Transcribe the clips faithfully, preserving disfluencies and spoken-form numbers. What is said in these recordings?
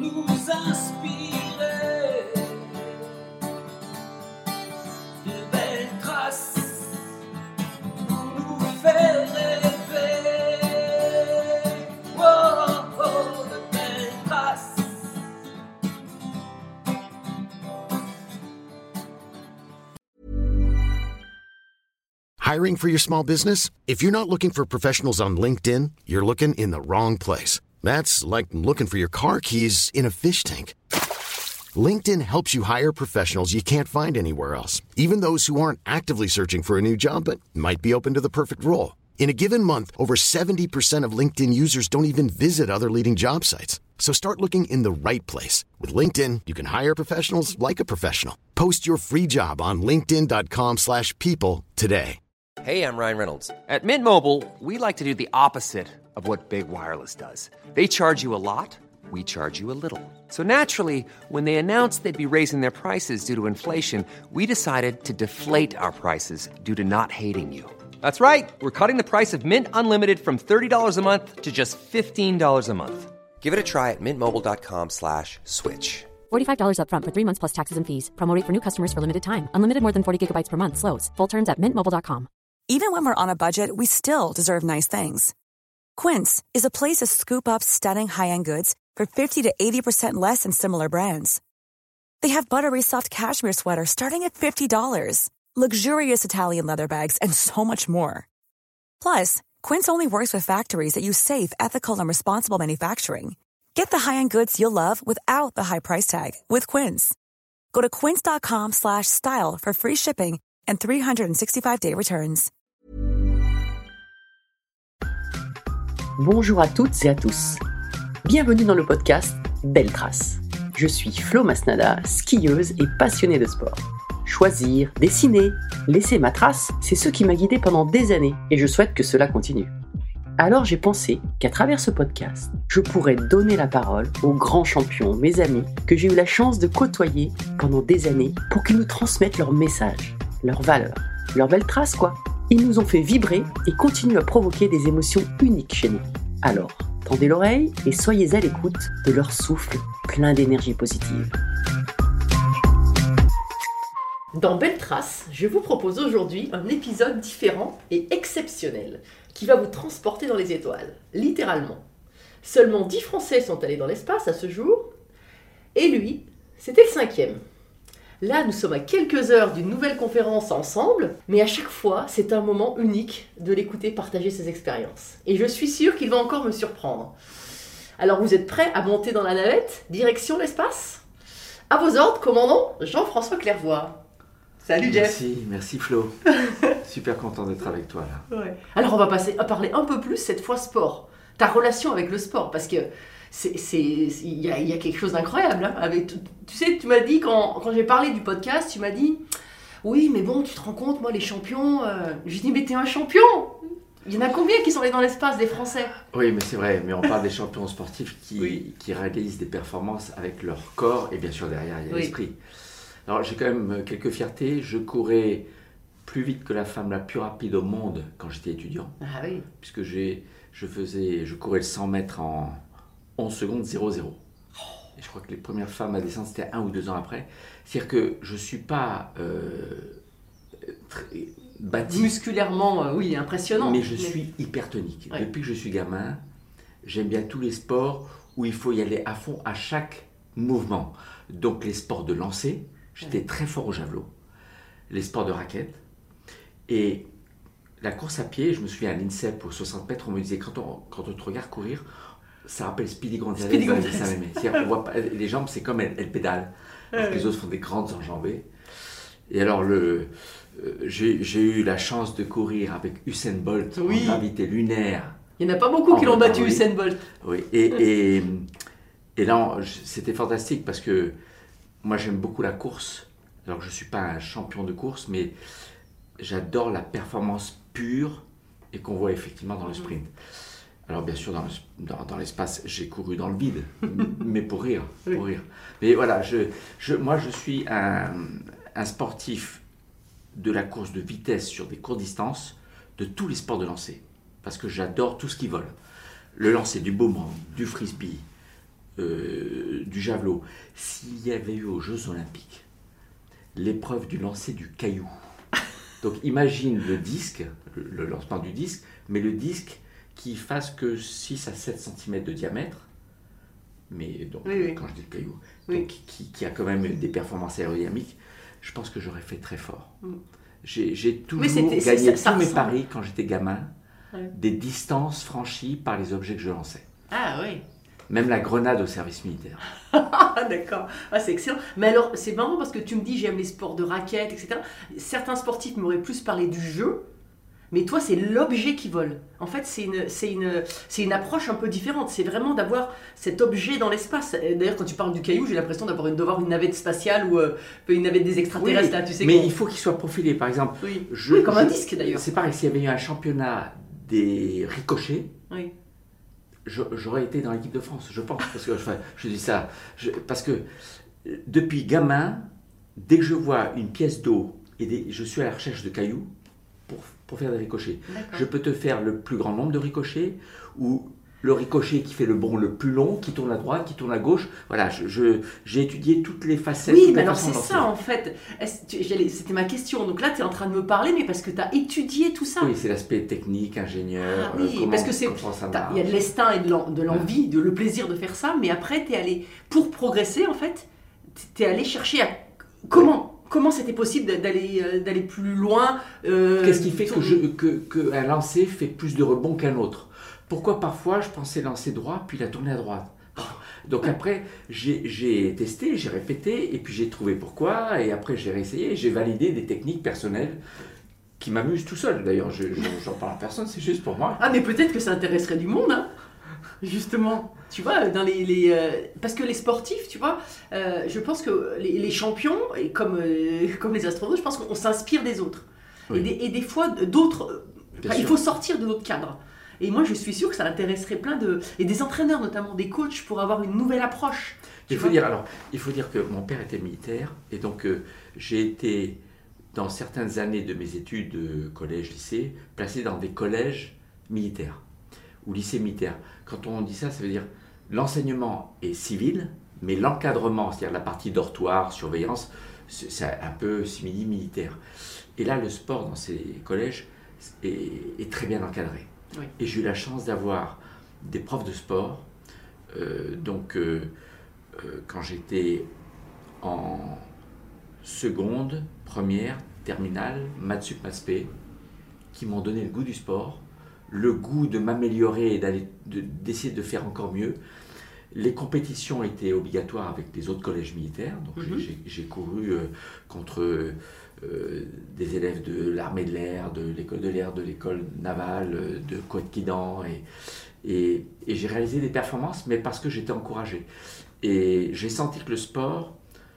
nous inspirer de belles traces pour nous faire rêver. Oh, oh, de belles traces. Hiring for your small business? If you're not looking for professionals on LinkedIn, you're looking in the wrong place. That's like looking for your car keys in a fish tank. LinkedIn helps you hire professionals you can't find anywhere else, even those who aren't actively searching for a new job but might be open to the perfect role. In a given month, over seventy percent of LinkedIn users don't even visit other leading job sites. So start looking in the right place. With LinkedIn, you can hire professionals like a professional. Post your free job on linkedin.com slash people today. Hey, I'm Ryan Reynolds. At Mint Mobile, we like to do the opposite of what Big Wireless does. They charge you a lot, we charge you a little. So naturally, when they announced they'd be raising their prices due to inflation, we decided to deflate our prices due to not hating you. That's right. We're cutting the price of Mint Unlimited from thirty dollars a month to just fifteen dollars a month. Give it a try at mintmobile.com slash switch. forty-five dollars up front for three months plus taxes and fees. Promo rate for new customers for limited time. Unlimited more than forty gigabytes per month slows. Full terms at mint mobile dot com. Even when we're on a budget, we still deserve nice things. Quince is a place to scoop up stunning high-end goods for fifty to eighty percent less than similar brands. They have buttery soft cashmere sweaters starting at fifty dollars, luxurious Italian leather bags, and so much more. Plus, Quince only works with factories that use safe, ethical, and responsible manufacturing. Get the high-end goods you'll love without the high price tag with Quince. Go to quince.com slash style for free shipping and three sixty-five day returns. Bonjour à toutes et à tous. Bienvenue dans le podcast Belles Traces. Je suis Flo Masnada, skieuse et passionnée de sport. Choisir, dessiner, laisser ma trace, c'est ce qui m'a guidée pendant des années et je souhaite que cela continue. Alors j'ai pensé qu'à travers ce podcast, je pourrais donner la parole aux grands champions, mes amis, que j'ai eu la chance de côtoyer pendant des années pour qu'ils nous transmettent leurs messages, leurs valeurs, leurs belles traces quoi. Ils nous ont fait vibrer et continuent à provoquer des émotions uniques chez nous. Alors, tendez l'oreille et soyez à l'écoute de leur souffle plein d'énergie positive. Dans Belles Traces, je vous propose aujourd'hui un épisode différent et exceptionnel qui va vous transporter dans les étoiles, littéralement. Seulement dix Français sont allés dans l'espace à ce jour, et lui, c'était le cinquième. Là, nous sommes à quelques heures d'une nouvelle conférence ensemble, mais à chaque fois, c'est un moment unique de l'écouter partager ses expériences. Et je suis sûre qu'il va encore me surprendre. Alors, vous êtes prêts à monter dans la navette, direction l'espace ? À vos ordres, commandant Jean-François Clairvoy. Salut Jeff. Merci, merci Flo. Super content d'être avec toi là. Ouais. Alors, on va passer à parler un peu plus cette fois sport. Ta relation avec le sport, parce que c'est, c'est, il y a, il y a quelque chose d'incroyable. Hein, avec, tu sais, tu m'as dit, quand, quand j'ai parlé du podcast, tu m'as dit, oui, mais bon, tu te rends compte, moi, les champions, euh... je dis, mais t'es un champion. Il y en a combien qui sont allés dans l'espace, des Français ? Oui, mais c'est vrai, mais on parle des champions sportifs qui, oui. qui réalisent des performances avec leur corps, et bien sûr, derrière, il y a oui. l'esprit. Alors, j'ai quand même quelques fiertés. Je courais plus vite que la femme la plus rapide au monde quand j'étais étudiant. Ah oui. Puisque j'ai, je, faisais, je courais le cent mètres en onze secondes zéro zéro. Et je crois que les premières femmes à descendre, c'était un ou deux ans après. C'est-à-dire que je ne suis pas euh, très bâti. Musculairement, euh, oui, impressionnant. Mais je mais... suis hypertonique. Ouais. Depuis que je suis gamin, j'aime bien tous les sports où il faut y aller à fond à chaque mouvement. Donc les sports de lancer, j'étais ouais. très fort au javelot. Les sports de raquette. Et la course à pied, je me souviens à l'INSEP, aux soixante mètres, on me disait, quand on, quand on te regarde courir, ça rappelle Speedy Gonzalez dans les dessins animés. On voit pas, les jambes, c'est comme elles, elles pédalent. Alors que les autres font des grandes enjambées. Et alors, le, euh, j'ai, j'ai eu la chance de courir avec Usain Bolt oui. en gravité lunaire. Il n'y en a pas beaucoup qui l'ont battu, Usain Bolt. Oui, et, et, et là, c'était fantastique parce que moi, j'aime beaucoup la course. Alors que je ne suis pas un champion de course, mais j'adore la performance pure et qu'on voit effectivement dans le sprint. Alors bien sûr, dans, le, dans, dans l'espace, j'ai couru dans le vide, mais pour rire, pour oui. rire. Mais voilà, je, je, moi je suis un, un sportif de la course de vitesse sur des courtes distances, de tous les sports de lancer, parce que j'adore tout ce qui vole. Le lancer du boomerang, du frisbee, euh, du javelot. S'il y avait eu aux Jeux Olympiques l'épreuve du lancer du caillou, donc imagine le disque, le, le lancement du disque, mais le disque qui fasse que six à sept centimètres de diamètre, mais donc oui, oui. quand je dis le caillou, oui. donc, qui, qui a quand même des performances aérodynamiques, je pense que j'aurais fait très fort. Mm. J'ai, j'ai toujours gagné ça, ça tous ressemble. mes paris quand j'étais gamin, ouais. des distances franchies par les objets que je lançais. Ah oui. Même la grenade au service militaire. D'accord, ah, c'est excellent. Mais alors, c'est marrant parce que tu me dis j'aime les sports de raquettes, et cetera. Certains sportifs m'auraient plus parlé du jeu, mais toi, c'est l'objet qui vole. En fait, c'est une, c'est une, c'est une approche un peu différente. C'est vraiment d'avoir cet objet dans l'espace. D'ailleurs, quand tu parles du caillou, j'ai l'impression d'avoir une, d'avoir une navette spatiale ou euh, une navette des extraterrestres. Oui, là, tu sais mais qu'on... il faut qu'il soit profilé, par exemple. Oui, je, oui comme je, un disque d'ailleurs. C'est pareil, s'il y avait eu un championnat des ricochets, oui. j'aurais été dans l'équipe de France, je pense, parce que enfin, je dis ça, je, parce que depuis gamin, dès que je vois une pièce d'eau et des, je suis à la recherche de cailloux pour, pour faire des ricochets. D'accord. Je peux te faire le plus grand nombre de ricochets ou le ricochet qui fait le bond le plus long, qui tourne à droite, qui tourne à gauche. Voilà, je, je, j'ai étudié toutes les facettes. Oui, toutes mais les alors c'est lancer. ça en fait. C'était ma question. Donc là, tu es en train de me parler, mais parce que tu as étudié tout ça. Oui, c'est l'aspect technique, ingénieur. Ah, oui, euh, comment, parce que c'est. Il y a de l'instinct et de l'envie, de le plaisir de faire ça, mais après, tu es allé, pour progresser en fait, tu es allé chercher à. Comment oui. Comment c'était possible d'aller, d'aller plus loin euh, Qu'est-ce qui fait que, je, que, que un lancer fait plus de rebonds qu'un autre? Pourquoi parfois je pensais lancer droit, puis la tourner à droite? Donc après, j'ai, j'ai testé, j'ai répété, et puis j'ai trouvé pourquoi, et après j'ai réessayé, j'ai validé des techniques personnelles qui m'amusent tout seul. D'ailleurs, je, je, j'en parle à personne, c'est juste pour moi. Ah, mais peut-être que ça intéresserait du monde, hein, justement. Tu vois, dans les, les euh, parce que les sportifs, tu vois, euh, je pense que les, les champions, et comme, euh, comme les astronautes, je pense qu'on s'inspire des autres. Oui. Et, des, et des fois, d'autres, enfin, il faut sortir de notre cadre. Et moi, je suis sûre que ça intéresserait plein de... Et des entraîneurs, notamment des coachs, pour avoir une nouvelle approche. Il faut, dire, alors, il faut dire que mon père était militaire, et donc euh, j'ai été, dans certaines années de mes études, euh, collège, lycée, placé dans des collèges militaires, ou lycées militaires. Quand on dit ça, ça veut dire l'enseignement est civil, mais l'encadrement, c'est-à-dire la partie dortoir, surveillance, c'est, c'est un peu simili-militaire. Et là, le sport dans ces collèges est, est très bien encadré. Oui. Et j'ai eu la chance d'avoir des profs de sport. Euh, donc, euh, euh, quand j'étais en seconde, première, terminale, maths sup, maths spé, qui m'ont donné le goût du sport, le goût de m'améliorer et d'aller, de, d'essayer de faire encore mieux. Les compétitions étaient obligatoires avec les autres collèges militaires. Donc, mm-hmm. j'ai, j'ai couru euh, contre... Euh, des élèves de l'armée de l'air, de l'école de l'air, de l'école navale, de Côte-Quidan, et, et, et j'ai réalisé des performances, mais parce que j'étais encouragé. Et j'ai senti que le sport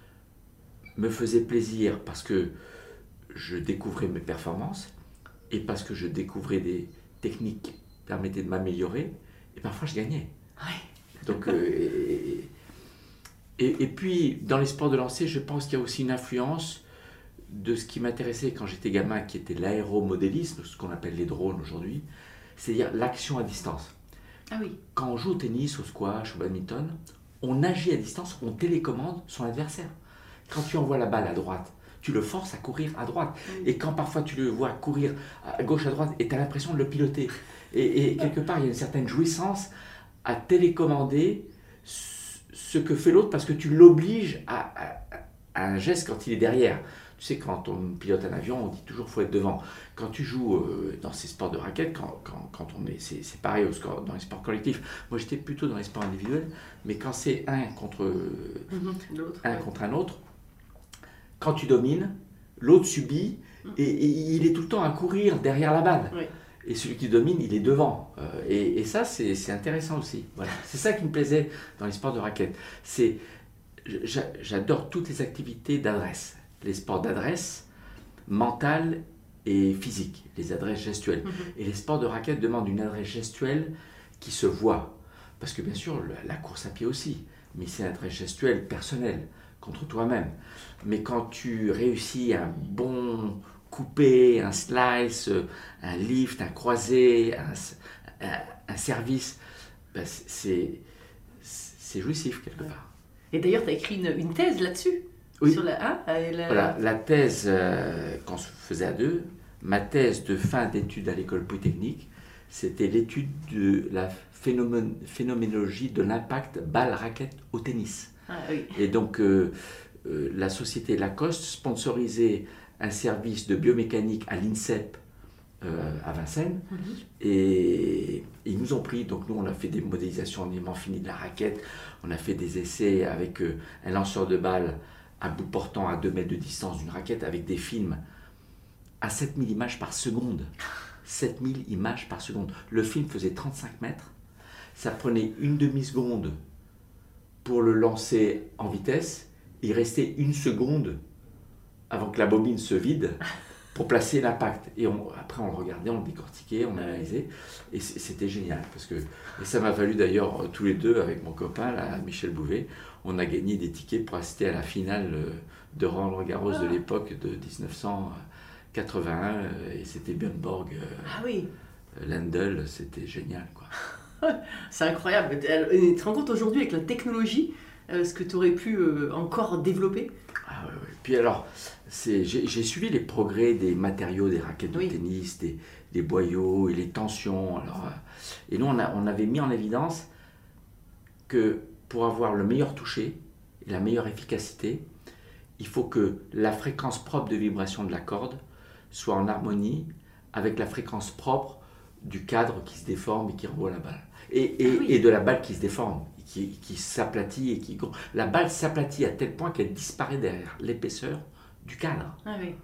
me faisait plaisir parce que je découvrais mes performances et parce que je découvrais des techniques qui permettaient de m'améliorer, et parfois je gagnais. Ouais. Donc, euh, et, et, et puis, dans les sports de lancer, je pense qu'il y a aussi une influence de ce qui m'intéressait quand j'étais gamin, qui était l'aéromodélisme, ce qu'on appelle les drones aujourd'hui, c'est-à-dire l'action à distance. Ah oui. Quand on joue au tennis, au squash, au badminton, on agit à distance, on télécommande son adversaire. Quand tu envoies la balle à droite, tu le forces à courir à droite. Oui. Et quand parfois tu le vois courir à gauche, à droite, et tu as l'impression de le piloter. Et, et quelque part, il y a une certaine jouissance à télécommander ce que fait l'autre, parce que tu l'obliges à, à, à un geste quand il est derrière. Tu sais, quand on pilote un avion, on dit toujours qu'il faut être devant. Quand tu joues euh, dans ces sports de raquettes, quand, quand, quand on est, c'est, c'est pareil au score, dans les sports collectifs. Moi, j'étais plutôt dans les sports individuels, mais quand c'est un contre, mmh, un, ouais. contre un autre, quand tu domines, l'autre subit, mmh. et, et il est tout le temps à courir derrière la balle. Oui. Et celui qui domine, il est devant. Euh, et, et ça, c'est, c'est intéressant aussi. Voilà. C'est ça qui me plaisait dans les sports de raquettes. C'est, j'adore toutes les activités d'adresse. Les sports d'adresse mentale et physique, les adresses gestuelles. Mm-hmm. Et les sports de raquettes demandent une adresse gestuelle qui se voit. Parce que bien sûr, la course à pied aussi, mais c'est une adresse gestuelle personnelle, contre toi-même. Mais quand tu réussis un bon coupé, un slice, un lift, un croisé, un, un, un service, ben c'est, c'est c'est jouissif quelque Ouais. part. Et d'ailleurs, tu as écrit une, une thèse là-dessus. Oui. Sur la, hein, la... Voilà, la thèse euh, qu'on se faisait à deux, ma thèse de fin d'études à l'école polytechnique, c'était l'étude de la phénomène, phénoménologie de l'impact balle-raquette au tennis. Ah, oui. Et donc, euh, euh, la société Lacoste sponsorisait un service de biomécanique à l'INSEP euh, à Vincennes. Mm-hmm. Et ils nous ont pris. Donc, nous, on a fait des modélisations en aimant fini de la raquette. On a fait des essais avec euh, un lanceur de balles à bout portant à deux mètres de distance d'une raquette avec des films à sept mille images par seconde. sept mille images par seconde. Le film faisait trente-cinq mètres. Ça prenait une demi-seconde pour le lancer en vitesse. Il restait une seconde avant que la bobine se vide pour placer l'impact. Et on, après, on le regardait, on le décortiquait, on analysait. Et c'était génial. Parce que, et ça m'a valu d'ailleurs, tous les deux, avec mon copain, là, Michel Bouvet, on a gagné des tickets pour assister à la finale de Roland-Garros ah. de l'époque de dix-neuf cent quatre-vingt-un. Et c'était Björn Borg, ah oui. Lendl, c'était génial, quoi. C'est incroyable. Tu te rends compte aujourd'hui avec la technologie, euh, ce que tu aurais pu euh, encore développer? Ah oui, oui. Puis alors, j'ai, j'ai suivi les progrès des matériaux, des raquettes de oui. tennis, des, des boyaux et les tensions. Alors, euh, et nous, on, a, on avait mis en évidence que pour avoir le meilleur toucher et la meilleure efficacité, il faut que la fréquence propre de vibration de la corde soit en harmonie avec la fréquence propre du cadre qui se déforme et qui renvoie la balle. Et, et, ah oui. et de la balle qui se déforme, qui, qui s'aplatit et qui... La balle s'aplatit à tel point qu'elle disparaît derrière l'épaisseur du cadre. Ah oui.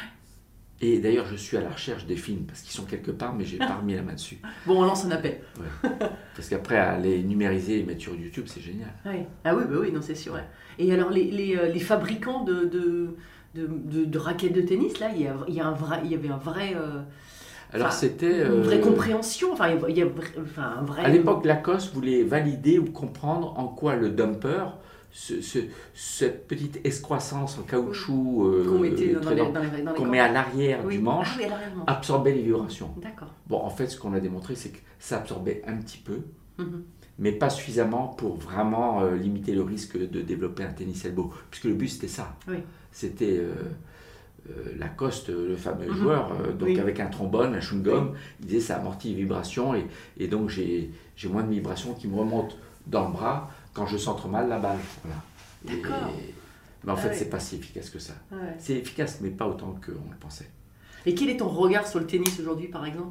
Et d'ailleurs, je suis à la recherche des films, parce qu'ils sont quelque part, mais je n'ai pas remis la main dessus. Bon, on lance un appel. Ouais. Parce qu'après, à les numériser et les mettre sur YouTube, c'est génial. Oui. Ah oui, bah oui, non, c'est sûr. Ouais. Et alors, les, les, les fabricants de, de, de, de, de raquettes de tennis, là, il y, a, il y, a un vrai, il y avait un vrai... Euh... Alors enfin, c'était... Une vraie euh... compréhension, enfin, il y a enfin, un vrai... À l'époque, Lacoste voulait valider ou comprendre en quoi le dumper, ce, ce, cette petite excroissance en caoutchouc euh, qu'on mettait dans, dans les, dans les, dans les qu'on met à l'arrière oui. du manche, ah, oui, l'arrière absorbait les vibrations. D'accord. Bon, en fait, ce qu'on a démontré, c'est que ça absorbait un petit peu, mm-hmm. mais pas suffisamment pour vraiment euh, limiter le risque de développer un tennis elbow, puisque le but, c'était ça. Oui. C'était... Euh, Euh, Lacoste, le fameux mmh. joueur, euh, donc oui. avec un trombone, un chewing-gum, oui. il disait ça amortit les vibrations et, et donc j'ai, j'ai moins de vibrations qui me remontent dans le bras quand je centre mal la balle. Voilà. D'accord. Et, mais en ah fait, ouais. c'est pas si efficace que ça. Ah ouais. C'est efficace, mais pas autant qu'on le pensait. Et quel est ton regard sur le tennis aujourd'hui, par exemple ?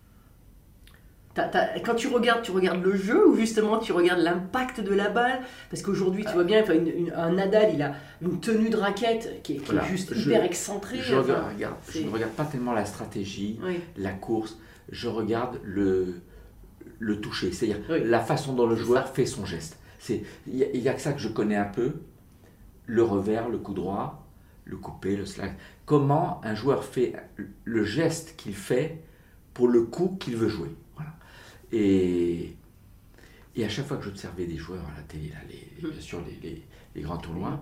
T'as, t'as, quand tu regardes, tu regardes le jeu ou justement tu regardes l'impact de la balle? Parce qu'aujourd'hui, tu vois bien, enfin, une, une, un Nadal, il a une tenue de raquette qui est, qui voilà. est juste je, hyper excentrée. Je, enfin, regarde, je ne regarde pas tellement la stratégie, oui. la course, je regarde le, le toucher, c'est-à-dire oui. la façon dont le c'est joueur ça. fait son geste. Il n'y a, a que ça que je connais un peu, le revers, le coup droit, le coupé, le slack. Comment un joueur fait le geste qu'il fait pour le coup qu'il veut jouer. Voilà. Et, et à chaque fois que j'observais des joueurs à la télé, là, les, bien sûr les, les, les grands tournois,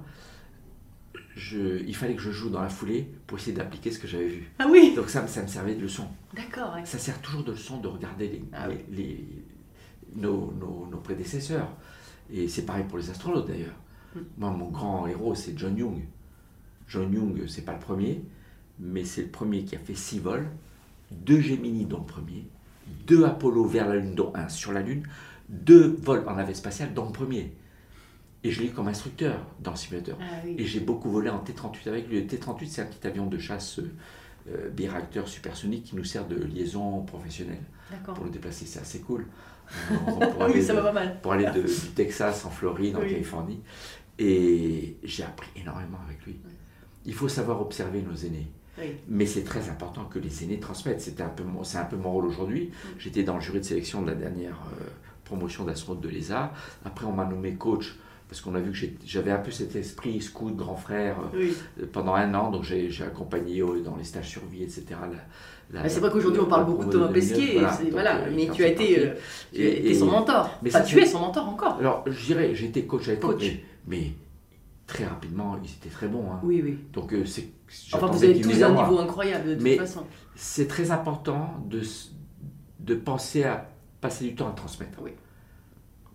je, il fallait que je joue dans la foulée pour essayer d'appliquer ce que j'avais vu. Ah oui. Donc ça, ça me servait de leçon. D'accord. Ouais. Ça sert toujours de leçon de regarder les, ah les, oui. les, nos, nos, nos prédécesseurs. Et c'est pareil pour les astronautes d'ailleurs. Mm. Moi, mon grand héros, c'est John Young. John Young, c'est pas le premier, mais c'est le premier qui a fait six vols, deux Gemini dont le premier, deux Apollo vers la Lune, dont un sur la Lune, deux vols en navette spatiale, dont le premier. Et je l'ai eu comme instructeur dans le simulateur. Ah, oui. Et j'ai beaucoup volé en T trente-huit avec lui. Le T trente-huit, c'est un petit avion de chasse euh, biréacteur supersonique qui nous sert de liaison professionnelle. D'accord. Pour le déplacer. C'est assez cool. Euh, pour oui, ça de, va pas mal. Pour aller de, du Texas en Floride, en oui. Californie. Et j'ai appris énormément avec lui. Oui. Il faut savoir observer nos aînés. Oui. Mais c'est très important que les aînés transmettent. C'était un peu mon, c'est un peu mon rôle aujourd'hui. Mm. J'étais dans le jury de sélection de la dernière euh, promotion d'astronaute de l'E S A. Après, on m'a nommé coach parce qu'on a vu que j'ai, j'avais un peu cet esprit scout, grand frère euh, oui. pendant un an. Donc j'ai, j'ai accompagné euh, dans les stages survie, et cetera. La, la, c'est vrai qu'aujourd'hui on parle beaucoup de Thomas Pesquet, voilà, donc, voilà, euh, mais tu as été, euh, tu et, as été son mentor. Mais enfin, ça, tu es son mentor encore. Alors je dirais, j'ai été coach à l'époque, coach. mais, mais très rapidement, ils étaient très bons. Hein. Oui, oui. Donc euh, c'est. Enfin, vous avez tous un niveau incroyable de toute mais façon. C'est très important de, de penser à passer du temps à transmettre. Oui.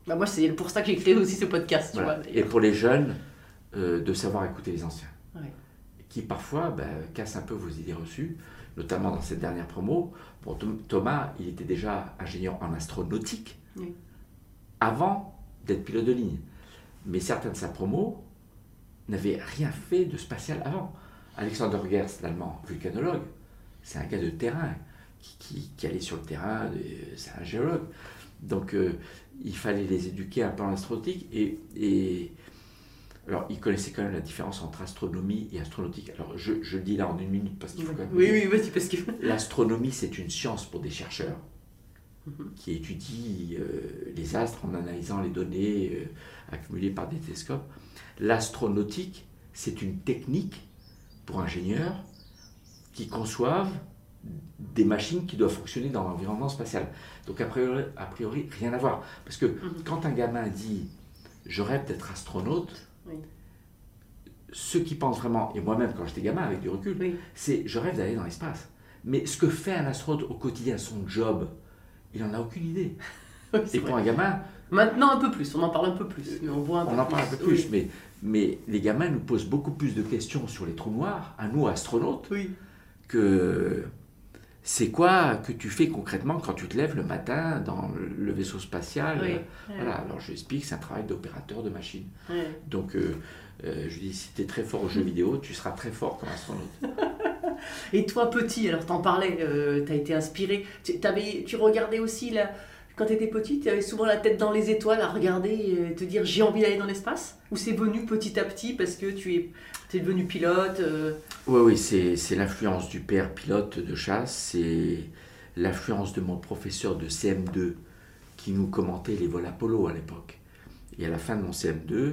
Bah moi, c'est pour ça que j'ai créé aussi ce podcast. Tu Voilà. vois, Et pour les jeunes, euh, de savoir écouter les anciens. Ouais. Qui parfois bah, cassent un peu vos idées reçues, notamment dans cette dernière promo. Bon, Thomas, il était déjà ingénieur en astronautique oui. avant d'être pilote de ligne. Mais certains de sa promo n'avaient rien fait de spatial avant. Alexander Gerst, l'allemand vulcanologue, c'est un gars de terrain qui, qui, qui allait sur le terrain, c'est un géologue. Donc euh, il fallait les éduquer un peu en astronautique et, et alors, il connaissait quand même la différence entre astronomie et astronautique. Alors, je, je le dis là en une minute parce qu'il faut quand même... Oui, oui, vas-y, parce qu'il faut... L'astronomie, c'est une science pour des chercheurs mm-hmm. qui étudient euh, les astres en analysant les données euh, accumulées par des télescopes. L'astronautique, c'est une technique pour ingénieurs qui conçoivent des machines qui doivent fonctionner dans l'environnement spatial. Donc, a priori, a priori rien à voir. Parce que mm-hmm. quand un gamin dit « je rêve d'être astronaute », oui. Ceux qui pensent vraiment, et moi-même quand j'étais gamin avec du recul, oui. c'est je rêve d'aller dans l'espace. Mais ce que fait un astronaute au quotidien, son job, il n'en a aucune idée. Oui, et pour vrai. Un gamin... Maintenant un peu plus, on en parle un peu plus. Mais on voit un on peu en plus. parle un peu plus, oui. mais, mais les gamins nous posent beaucoup plus de questions sur les trous noirs, à nous astronautes, oui. que c'est quoi que tu fais concrètement quand tu te lèves le matin dans le vaisseau spatial. Oui. Voilà, alors je explique, c'est un travail d'opérateur de machine. Oui. Donc euh, euh, je dis, si tu es très fort aux jeux vidéo, tu seras très fort comme astronaute. Et toi petit, alors t'en parlais, euh, t'as été inspiré, tu, t'avais, tu regardais aussi, là, quand tu étais petit, tu avais souvent la tête dans les étoiles à regarder et te dire j'ai envie d'aller dans l'espace? Ou c'est venu petit à petit parce que tu es, tu es devenu pilote euh... Oui, oui, c'est, c'est l'influence du père pilote de chasse, c'est l'influence de mon professeur de C M deux qui nous commentait les vols Apollo à l'époque. Et à la fin de mon C M deux,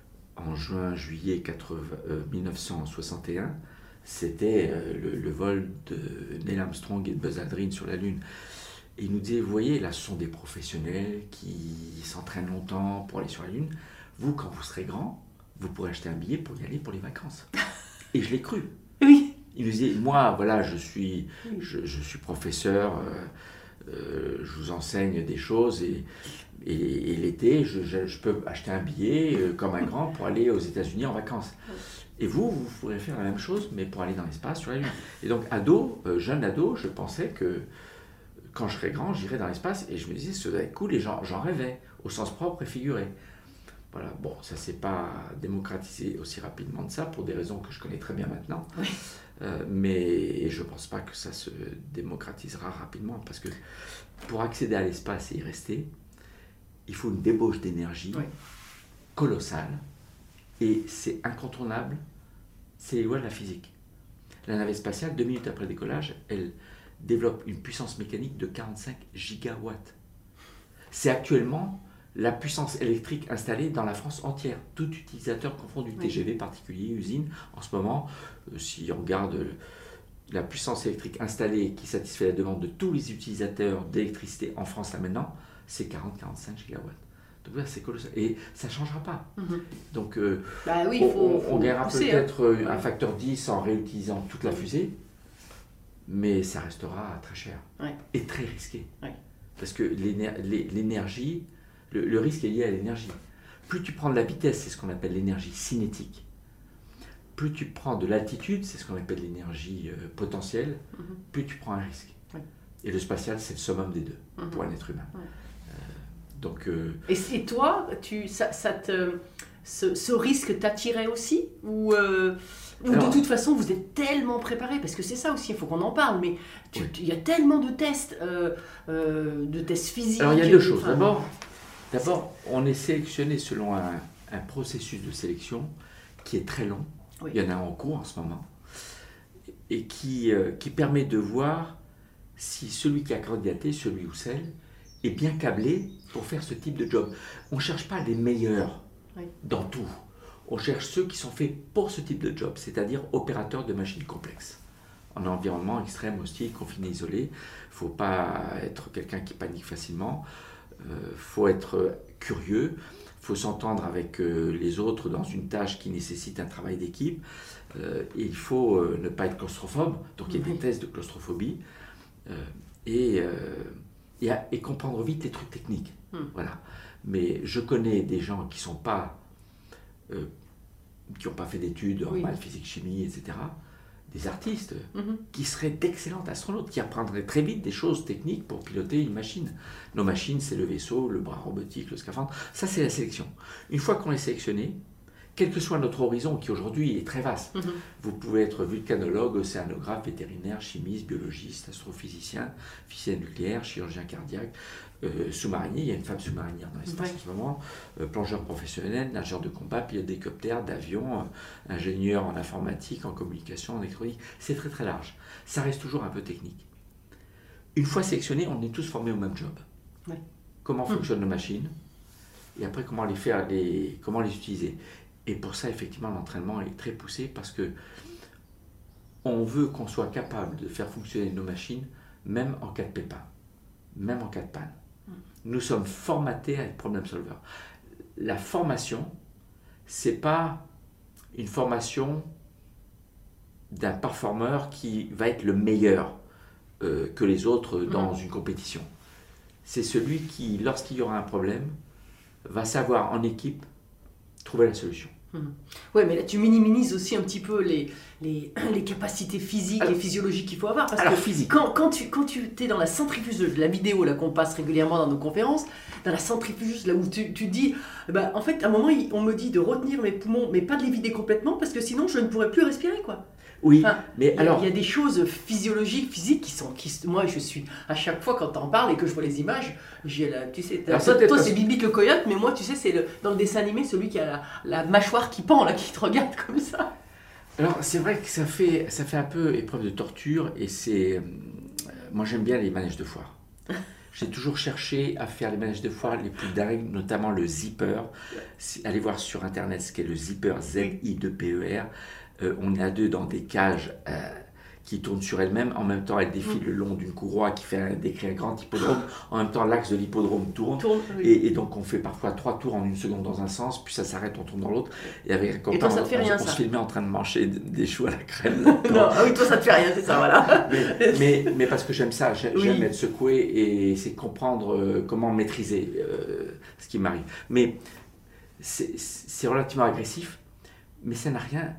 en juin-juillet mille neuf cent soixante et un, c'était euh, le, le vol de Neil Armstrong et de Buzz Aldrin sur la Lune. Et il nous disait, vous voyez, là, ce sont des professionnels qui s'entraînent longtemps pour aller sur la Lune. Vous, quand vous serez grand, vous pourrez acheter un billet pour y aller pour les vacances. Et je l'ai cru. Oui. Il nous disait, moi, voilà, je suis, je, je suis professeur, euh, euh, je vous enseigne des choses et, et, et l'été, je, je, je peux acheter un billet euh, comme un grand pour aller aux États-Unis en vacances. Et vous, vous pourrez faire la même chose, mais pour aller dans l'espace, sur la Lune. Et donc, ado, euh, jeune ado, je pensais que quand je serais grand, j'irais dans l'espace et je me disais, ça doit être cool et j'en, j'en rêvais, au sens propre et figuré. Voilà, bon, ça ne s'est pas démocratisé aussi rapidement de ça, pour des raisons que je connais très bien maintenant. Oui. Euh, mais je ne pense pas que ça se démocratisera rapidement, parce que pour accéder à l'espace et y rester, il faut une débauche d'énergie oui. colossale, et c'est incontournable, c'est les lois de la physique. La navette spatiale, deux minutes après le décollage, elle développe une puissance mécanique de quarante-cinq gigawatts. C'est actuellement la puissance électrique installée dans la France entière, tout utilisateur confondu, oui. T G V particulier, usine. En ce moment, euh, si on regarde euh, la puissance électrique installée qui satisfait la demande de tous les utilisateurs d'électricité en France là maintenant, c'est quarante à quarante-cinq gigawatts. Donc voilà, c'est colossal. Et ça ne changera pas. Mm-hmm. Donc euh, bah oui, on, faut, on, faut on gagnera pousser, peut-être hein. un facteur dix en réutilisant toute la fusée, mais ça restera très cher ouais. et très risqué. Ouais. Parce que l'éner- l'énergie, le, le risque est lié à l'énergie. Plus tu prends de la vitesse, c'est ce qu'on appelle l'énergie cinétique. Plus tu prends de l'altitude, c'est ce qu'on appelle l'énergie euh, potentielle, mm-hmm. plus tu prends un risque. Ouais. Et le spatial, c'est le summum des deux, mm-hmm. pour un être humain. Ouais. Euh, donc, euh... et, et toi, tu, ça, ça te, ce, ce risque t'attirait aussi ou euh... Ou Alors, de toute façon, vous êtes tellement préparé, parce que c'est ça aussi, il faut qu'on en parle, mais il oui. y a tellement de tests, euh, euh, de tests physiques. Alors il y a deux choses. Enfin, d'abord, d'abord, on est sélectionné selon un, un processus de sélection qui est très long. Oui. Il y en a un en cours en ce moment, et qui, euh, qui permet de voir si celui qui a candidaté, celui ou celle, est bien câblé pour faire ce type de job. On ne cherche pas les meilleurs oui. dans tout. On cherche ceux qui sont faits pour ce type de job, c'est-à-dire opérateurs de machines complexes. En environnement extrême, hostile, confiné, isolé, il ne faut pas être quelqu'un qui panique facilement, il euh, faut être curieux, il faut s'entendre avec euh, les autres dans une tâche qui nécessite un travail d'équipe, euh, et il faut euh, ne pas être claustrophobe, donc il y a des tests de claustrophobie, euh, et, euh, et, à, et comprendre vite les trucs techniques. Mm. Voilà. Mais je connais des gens qui sont pas, euh, qui n'ont pas fait d'études en Oui. maths, physique, chimie, et cetera. Des artistes Mhm. qui seraient d'excellents astronautes, qui apprendraient très vite des choses techniques pour piloter une machine. Nos machines, c'est le vaisseau, le bras robotique, le scaphandre. Ça, c'est la sélection. Une fois qu'on est sélectionné, quel que soit notre horizon, qui aujourd'hui est très vaste, Mhm. vous pouvez être vulcanologue, océanographe, vétérinaire, chimiste, biologiste, astrophysicien, physicien nucléaire, chirurgien cardiaque, euh, sous-marinier, il y a une femme sous-marinière dans l'espace Ouais. en ce moment, euh, plongeur professionnel, nageur de combat, pilote d'hélicoptère, d'avion, euh, ingénieur en informatique, en communication, en électronique, c'est très très large. Ça reste toujours un peu technique. Une fois sélectionné, on est tous formés au même job. Ouais. Comment Mhm. fonctionnent nos machines, et après comment les faire, les, comment les utiliser. Et pour ça, effectivement, l'entraînement est très poussé parce que on veut qu'on soit capable de faire fonctionner nos machines, même en cas de pépin, même en cas de panne. Nous sommes formatés à être problem solver. La formation, c'est pas une formation d'un performeur qui va être le meilleur euh, que les autres dans une compétition. C'est celui qui, lorsqu'il y aura un problème, va savoir en équipe trouver la solution. Ouais, mais là tu minimises aussi un petit peu les, les, les capacités physiques Alors- et physiologiques qu'il faut avoir. Parce alors, que physique. Quand, quand tu quand tu es dans la centrifugeuse, la vidéo là qu'on passe régulièrement dans nos conférences, dans la centrifugeuse là où tu, tu dis, bah, en fait à un moment il- on me dit de retenir mes poumons, mais pas de les vider complètement parce que sinon je ne pourrais plus respirer quoi. Oui, Enfin, mais il y a- alors... il y a des choses physiologiques, physiques qui sont. Qui, moi, je suis. À chaque fois, quand t'en parles et que je vois les images, j'ai la. Tu sais, Alors, toi, peut-être toi, parce- c'est Bibi le coyote, mais moi, tu sais, c'est le, dans le dessin animé celui qui a la, la mâchoire qui pend, là, qui te regarde comme ça. Alors, c'est vrai que ça fait, ça fait un peu épreuve de torture et c'est... euh, moi, j'aime bien les manèges de foire. J'ai toujours cherché à faire les manèges de foire les plus dingues, notamment le zipper. Si- Allez voir sur Internet ce qu'est le zipper, Z I deux P E R. Euh, on est à deux dans des cages euh, qui tournent sur elles-mêmes. En même temps, elles défilent le long d'une courroie qui fait un, décrit un grand hippodrome. En même temps, l'axe de l'hippodrome tourne. Tourne, oui. Et, et donc, on fait parfois trois tours en une seconde dans un sens, puis ça s'arrête, on tourne dans l'autre. Et avec un copain, toi, ça te on- fait on, rien, on ça se filmait en train de manger des, des choux à la crème. Non, ah oui, toi, ça te fait rien, c'est ça, voilà. mais, mais, mais parce que j'aime ça, j'ai- Oui. j'aime être secoué et c'est comprendre euh, comment maîtriser euh, ce qui m'arrive. Mais c'est c'est relativement agressif, mais ça n'a rien,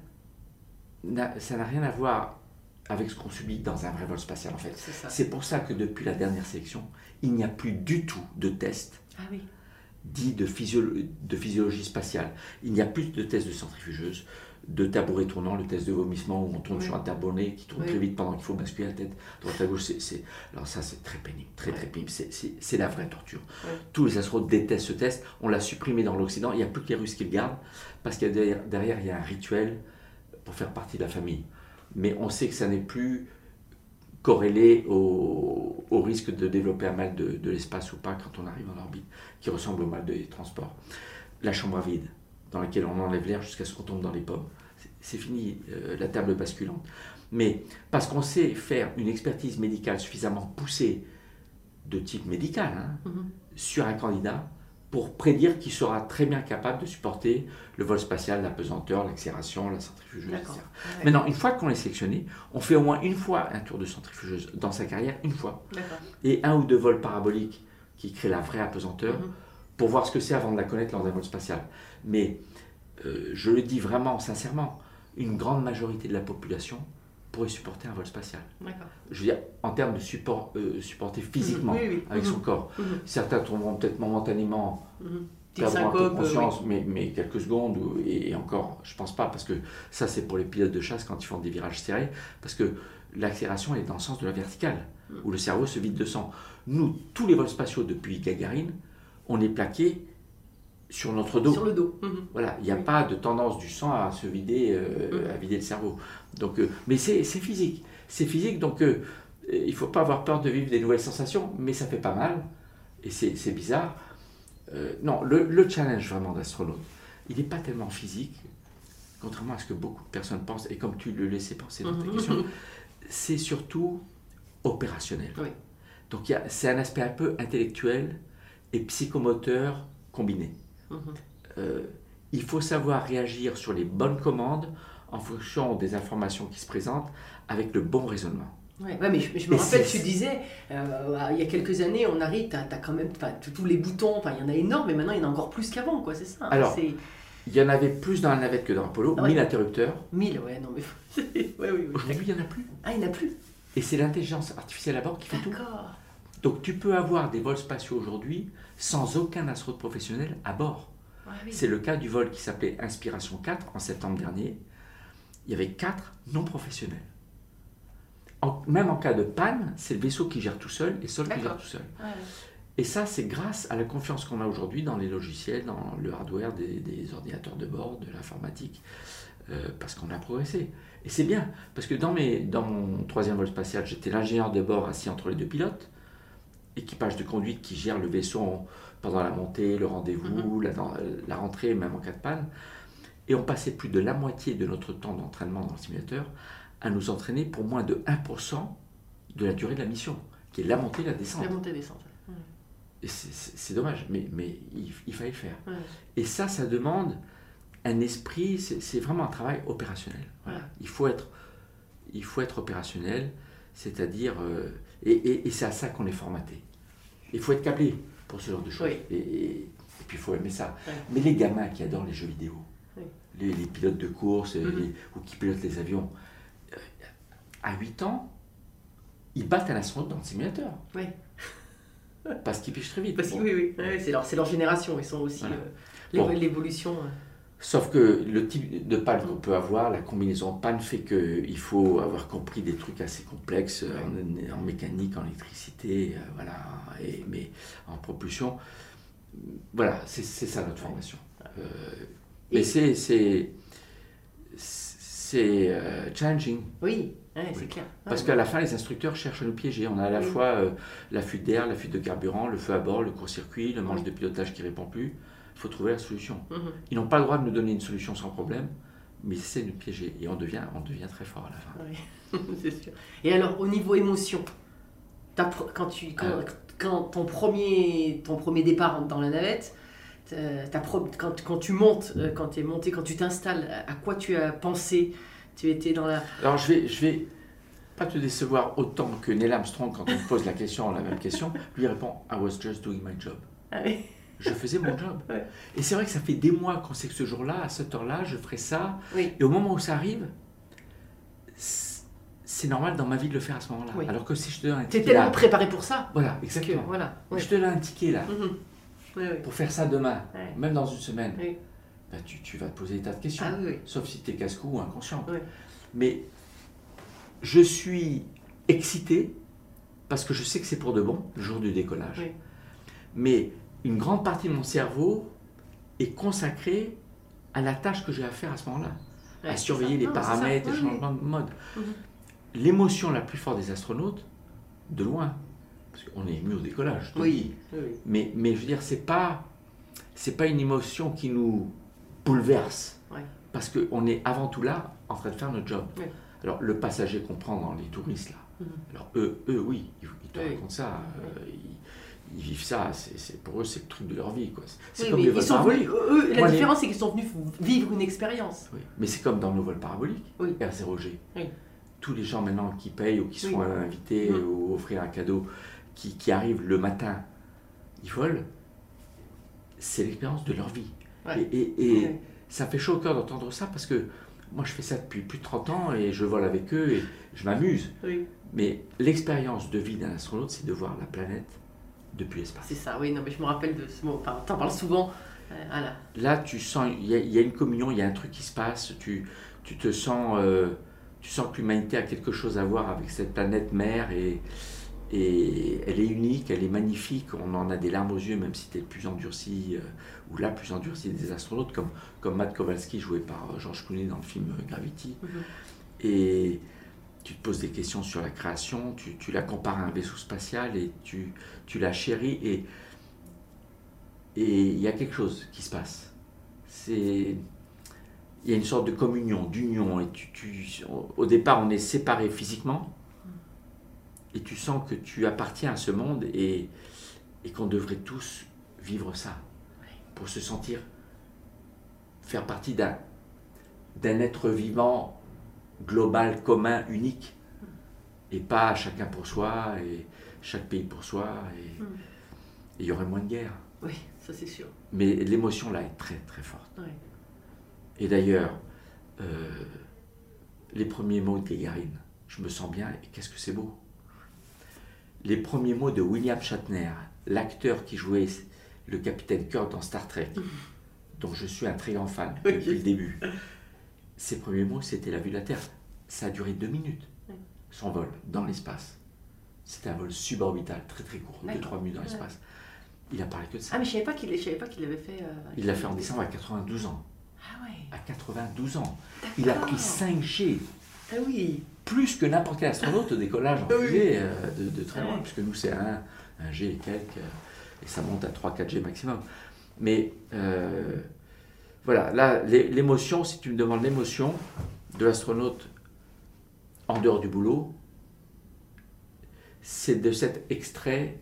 n'a- ça n'a rien à voir avec ce qu'on subit dans un vrai vol spatial en fait. C'est ça. C'est pour ça que depuis la dernière sélection, il n'y a plus du tout de tests Ah oui. dits de, physio- de physiologie spatiale. Il n'y a plus de tests de centrifugeuse, de tabouret tournant, le test de vomissement où on tourne Oui. sur un tabouret qui tourne Oui. très vite pendant qu'il faut basculer la tête droite à gauche. C'est, c'est- Alors ça, c'est très pénible, très très pénible. C'est, c'est- c'est la vraie torture. Ouais. Tous les astronautes détestent ce test. On l'a supprimé dans l'Occident. Il n'y a plus que les Russes qui le gardent parce qu'il y a derrière, derrière, il y a un rituel pour faire partie de la famille. Mais on sait que ça n'est plus corrélé au, au risque de développer un mal de, de l'espace ou pas quand on arrive en orbite, qui ressemble au mal des transports. La chambre à vide, dans laquelle on enlève l'air jusqu'à ce qu'on tombe dans les pommes. C'est, c'est fini, euh, la table basculante. Mais parce qu'on sait faire une expertise médicale suffisamment poussée, de type médical, hein, Mhm. sur un candidat, pour prédire qu'il sera très bien capable de supporter le vol spatial, la pesanteur, l'accélération, la centrifugeuse, D'accord. et cetera. Ouais. Maintenant, une fois qu'on est sélectionné, on fait au moins une fois un tour de centrifugeuse dans sa carrière, une fois, D'accord. et un ou deux vols paraboliques qui créent la vraie apesanteur, Mhm. pour voir ce que c'est avant de la connaître lors d'un vol spatial. Mais euh, je le dis vraiment, sincèrement, une grande majorité de la population pourrait supporter un vol spatial. D'accord. Je veux dire, en termes de support, euh, supporter physiquement, Oui, oui. avec Mhm. son corps. Mhm. Certains tomberont peut-être momentanément, Mhm. Petite perdront un peu de syncope, conscience, oui. mais, mais quelques secondes, ou- et, et encore, je pense pas, parce que ça c'est pour les pilotes de chasse quand ils font des virages serrés, parce que l'accélération elle est dans le sens de la verticale, où le cerveau se vide de sang. Nous, tous les vols spatiaux depuis Gagarine, on est plaqué sur notre dos. Sur le dos. Mhm. Voilà, il n'y a Oui. pas de tendance du sang à se vider, euh, Mhm. à vider le cerveau. Donc, euh, mais c'est c'est physique. C'est physique, donc euh, il ne faut pas avoir peur de vivre des nouvelles sensations, mais ça fait pas mal, et c'est c'est bizarre. Euh, non, le, le challenge vraiment d'astronaute, il n'est pas tellement physique, contrairement à ce que beaucoup de personnes pensent, et comme tu le laissais penser dans ta Mhm. question, c'est surtout opérationnel. Oui. Donc il y a- c'est un aspect un peu intellectuel et psychomoteur combiné. Mhm. Euh, il faut savoir réagir sur les bonnes commandes en fonction des informations qui se présentent avec le bon raisonnement. Ouais, ouais, mais je, je me Et rappelle, c'est- tu disais, euh, il y a quelques années, on arrive, tu as quand même tous les boutons, enfin, il y en a énorme, mais maintenant il y en a encore plus qu'avant, quoi, c'est ça. hein, Alors, c'est Il y en avait plus dans la navette que dans l'Apollo, Ah ouais. mille interrupteurs. mille, ouais, non, mais. ouais, oui, oui. Aujourd'hui, il n'y en a plus. Ah, il n'y en a plus. Et c'est l'intelligence artificielle à bord qui fait tout. D'accord. Donc tu peux avoir des vols spatiaux aujourd'hui sans aucun astronaute professionnel à bord. Ouais, oui. C'est le cas du vol qui s'appelait Inspiration quatre en septembre dernier. Il y avait quatre non professionnels. En- même en cas de panne, c'est le vaisseau qui gère tout seul et Sol qui D'accord. gère tout seul. Ouais. Et ça, c'est grâce à la confiance qu'on a aujourd'hui dans les logiciels, dans le hardware des, des ordinateurs de bord, de l'informatique, euh, parce qu'on a progressé. Et c'est bien, parce que dans, mes, dans mon troisième vol spatial, j'étais l'ingénieur de bord assis entre les deux pilotes, équipage de conduite qui gère le vaisseau pendant la montée, le rendez-vous, la, la rentrée, même en cas de panne. Et on passait plus de la moitié de notre temps d'entraînement dans le simulateur à nous entraîner pour moins de un pour cent de la durée de la mission, qui est la montée et la descente. La montée descente. Ouais. Et c'est- c'est c'est dommage, mais, mais il, il fallait le faire. Ouais. Et ça, ça demande un esprit, c'est c'est vraiment un travail opérationnel. Voilà. Ouais. Il, faut être, il faut être opérationnel, c'est-à-dire... euh, et et- et c'est à ça qu'on est formaté. Il faut être câblé pour ce genre de choses. Oui. Et, et- et puis il faut aimer ça. Ouais. Mais les gamins qui adorent les jeux vidéo, Oui. les, les pilotes de course, Mhm. les- ou qui pilotent les avions, euh, à huit ans, ils battent un astronaute dans le simulateur. Oui. Parce qu'ils pichent très vite. Parce que Bon. oui, oui, ouais, c'est leur, c'est leur génération, ils sont aussi Voilà. euh, Bon. l'évo- l'évolution. euh. Sauf que le type de panne qu'on peut avoir, la combinaison de panne fait qu'il faut avoir compris des trucs assez complexes en, en mécanique, en électricité, euh, voilà, et, mais en propulsion. Voilà, c'est c'est ça notre formation. Euh, mais Et- c'est c'est c'est, euh, challenging. Oui, ouais, c'est Oui. clair. Parce Ouais. qu'à la fin, les instructeurs cherchent à nous piéger. On a à la Oui. fois euh, la fuite d'air, la fuite de carburant, le feu à bord, le court-circuit, le manche Oui. de pilotage qui ne répond plus. Il faut trouver la solution. Mhm. Ils n'ont pas le droit de nous donner une solution sans problème, mais ils essaient de nous piéger. Et on devient, on devient très fort à la fin. Oui, c'est sûr. Et alors, au niveau émotion, ta pr- quand, tu, quand, Euh. quand ton, premier, ton premier départ dans la navette, ta- ta pro- quand, quand tu montes, euh, quand tu es monté, quand tu t'installes, à à quoi tu as pensé? Tu étais dans la... Alors je vais, je vais pas te décevoir autant que Neil Armstrong quand on me pose la question, la même question. Lui il répond I was just doing my job. Ah oui. Je faisais mon job. Ouais. Et c'est vrai que ça fait des mois qu'on sait que ce jour-là, à cette heure-là, je ferai ça. Oui. Et au moment où ça arrive, c'est c'est normal dans ma vie de le faire à ce moment-là. Oui. Alors que si je te donne un Tu es ticket tellement là, préparé pour ça. voilà, Que, exactement. voilà. Ouais. Je te donne un ticket là, Mhm. Oui, oui. pour faire ça demain, Ouais. même dans une semaine, Oui. bah, tu, tu vas te poser des tas de questions. Ah oui, oui. Sauf si tu es casse-cou ou inconscient. Oui. Mais je suis excité parce que je sais que c'est pour de bon, le jour du décollage. Oui. Mais une grande partie de mon cerveau est consacrée à la tâche que j'ai à faire à ce moment-là, Ouais, à c'est surveiller ça. les Non, c'est ça. paramètres, les Oui, oui. changements de mode. Mhm. L'émotion la plus forte des astronautes, de loin, parce qu'on est ému au décollage, je te le Oui. dis. Oui, oui. Mais, mais je veux dire, c'est pas, c'est pas une émotion qui nous bouleverse, Ouais. parce qu'on est avant tout là en train de faire notre job. Oui. Alors, le passager qu'on prend dans les touristes, là, Mhm. alors eux, eux oui, ils, ils te Oui. racontent ça, euh, ils, ils vivent ça, c'est, c'est- pour eux, c'est le truc de leur vie, quoi. C'est Oui, comme mais les ils vols sont venus, paraboliques. eux, la Moi, les- différence, c'est qu'ils sont venus vivre une expérience. Oui, mais c'est comme dans nos vols paraboliques, Oui. R zéro G. Oui. Tous les gens maintenant qui payent ou qui sont Oui. invités Mhm. ou offrir un cadeau, qui, qui arrivent le matin, ils volent, c'est l'expérience de leur vie. Ouais. Et, et- et Ouais. ça fait chaud au cœur d'entendre ça parce que moi je fais ça depuis plus de trente ans et je vole avec eux et je m'amuse. Oui. Mais l'expérience de vie d'un astronaute, c'est de voir la planète depuis l'espace. C'est ça, oui, non, mais je me rappelle de ce mot. Enfin, t'en parles souvent. Euh, voilà. Là, tu sens, il y, a- il y a une communion, il y a un truc qui se passe, tu, tu te sens, euh, tu sens que l'humanité a quelque chose à voir avec cette planète mère et, et elle est unique, elle est magnifique, on en a des larmes aux yeux, même si tu es le plus endurci, euh, ou la plus endurcie des astronautes, comme, comme Matt Kowalski, joué par euh, George Clooney dans le film Gravity. Mhm. Et tu te poses des questions sur la création, tu, tu la compares à un vaisseau spatial et tu, tu la chéris et et il y a quelque chose qui se passe. C'est, il y a une sorte de communion, d'union et tu, tu, au départ on est séparés physiquement et tu sens que tu appartiens à ce monde et, et qu'on devrait tous vivre ça pour se sentir faire partie d'un, d'un être vivant global, commun, unique. Et pas chacun pour soi, et chaque pays pour soi, et Mm. il y aurait moins de guerre. Oui, ça c'est sûr. Mais l'émotion là est très très forte. Ouais. Et d'ailleurs, euh, les premiers mots de Gagarine, je me sens bien, et qu'est-ce que c'est beau. Les premiers mots de William Shatner, l'acteur qui jouait le capitaine Kirk dans Star Trek, dont je suis un très grand fan Oui. depuis le début. Ses premiers mots, c'était la vue de la Terre. Ça a duré deux minutes, Oui. son vol dans l'espace. C'était un vol suborbital, très très court, deux trois minutes dans l'espace. Il a parlé que de ça. Ah mais je savais pas qu'il je savais pas qu'il l'avait fait. euh, Il l'a fait en décembre à quatre-vingt-douze ans. Ah ouais. À quatre-vingt-douze ans. Il a pris cinq G, Ah oui. plus que n'importe quel astronaute au décollage en Oui. fusée euh, de, de très loin, Ouais. puisque nous c'est un, un G et quelques, euh, et ça monte à trois quatre G maximum. Mais euh, voilà, là, l'é- l'émotion, si tu me demandes l'émotion de l'astronaute en dehors du boulot, c'est de cet extrait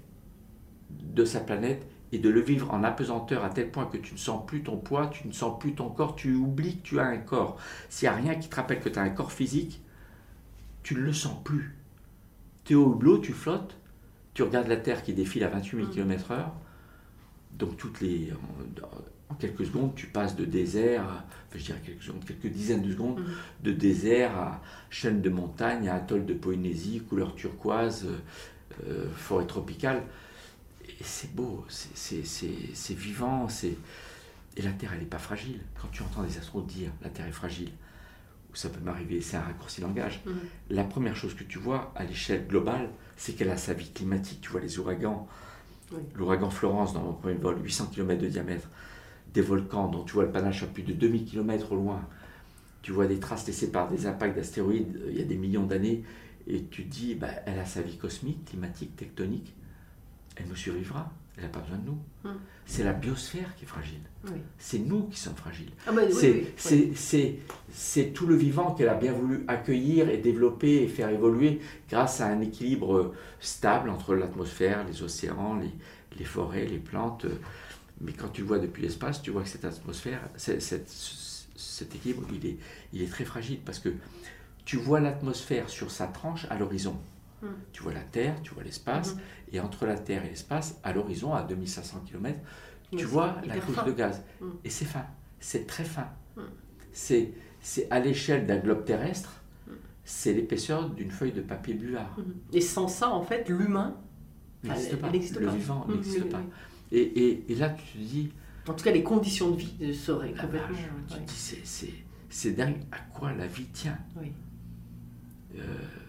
de sa planète et de le vivre en apesanteur à tel point que tu ne sens plus ton poids, tu ne sens plus ton corps, tu oublies que tu as un corps. S'il n'y a rien qui te rappelle que tu as un corps physique, tu ne le sens plus. Tu es au hublot, tu flottes, tu regardes la Terre qui défile à vingt-huit mille kilomètres heure, donc toutes les, en, en quelques secondes, tu passes de désert, à- enfin, je dirais quelques secondes, quelques dizaines de secondes, de désert à chaîne de montagne, à atoll de Polynésie, couleur turquoise, euh, euh, forêt tropicale. Et c'est beau, c'est- c'est c'est- c'est vivant, c'est... Et la Terre, elle n'est pas fragile. Quand tu entends des astronautes dire « la Terre est fragile », ou ça peut m'arriver, c'est un raccourci langage, Mhm. la première chose que tu vois à l'échelle globale, c'est qu'elle a sa vie climatique. Tu vois les ouragans, Oui. l'ouragan Florence dans mon premier vol, huit cents kilomètres de diamètre, des volcans dont tu vois le panache à plus de deux mille kilomètres au loin, tu vois des traces laissées par des impacts d'astéroïdes euh, il y a des millions d'années, et tu te dis, bah, elle a sa vie cosmique, climatique, tectonique, elle nous survivra, elle n'a pas besoin de nous. Mm. C'est la biosphère qui est fragile, Oui. c'est nous qui sommes fragiles. Ah bah oui, C'est oui, oui. c'est- c'est- c'est tout le vivant qu'elle a bien voulu accueillir et développer et faire évoluer grâce à un équilibre stable entre l'atmosphère, les océans, les, les forêts, les plantes. Mais quand tu le vois depuis l'espace, tu vois que cette atmosphère, c'est- cette- cet équilibre, il est, il est très fragile parce que tu vois l'atmosphère sur sa tranche à l'horizon. Mm. Tu vois la Terre, tu vois l'espace, Mhm. et entre la Terre et l'espace, à l'horizon, à deux mille cinq cents kilomètres, Mais tu c'est vois la hyper couche fin. de gaz. Mm. Et c'est fin, c'est très fin. Mm. C'est c'est à l'échelle d'un globe terrestre, c'est l'épaisseur d'une feuille de papier buvard. Mhm. Et sans ça, en fait, l'humain N'existe elle- pas. elle n'existe Le pas. vivant Mhm, n'existe oui, pas. oui. Et, et, et là, tu te dis, En tout cas, les conditions de vie seraient la complètement. vache, tu ouais. te dis, c'est- c'est c'est dingue à quoi la vie tient. Oui. Euh,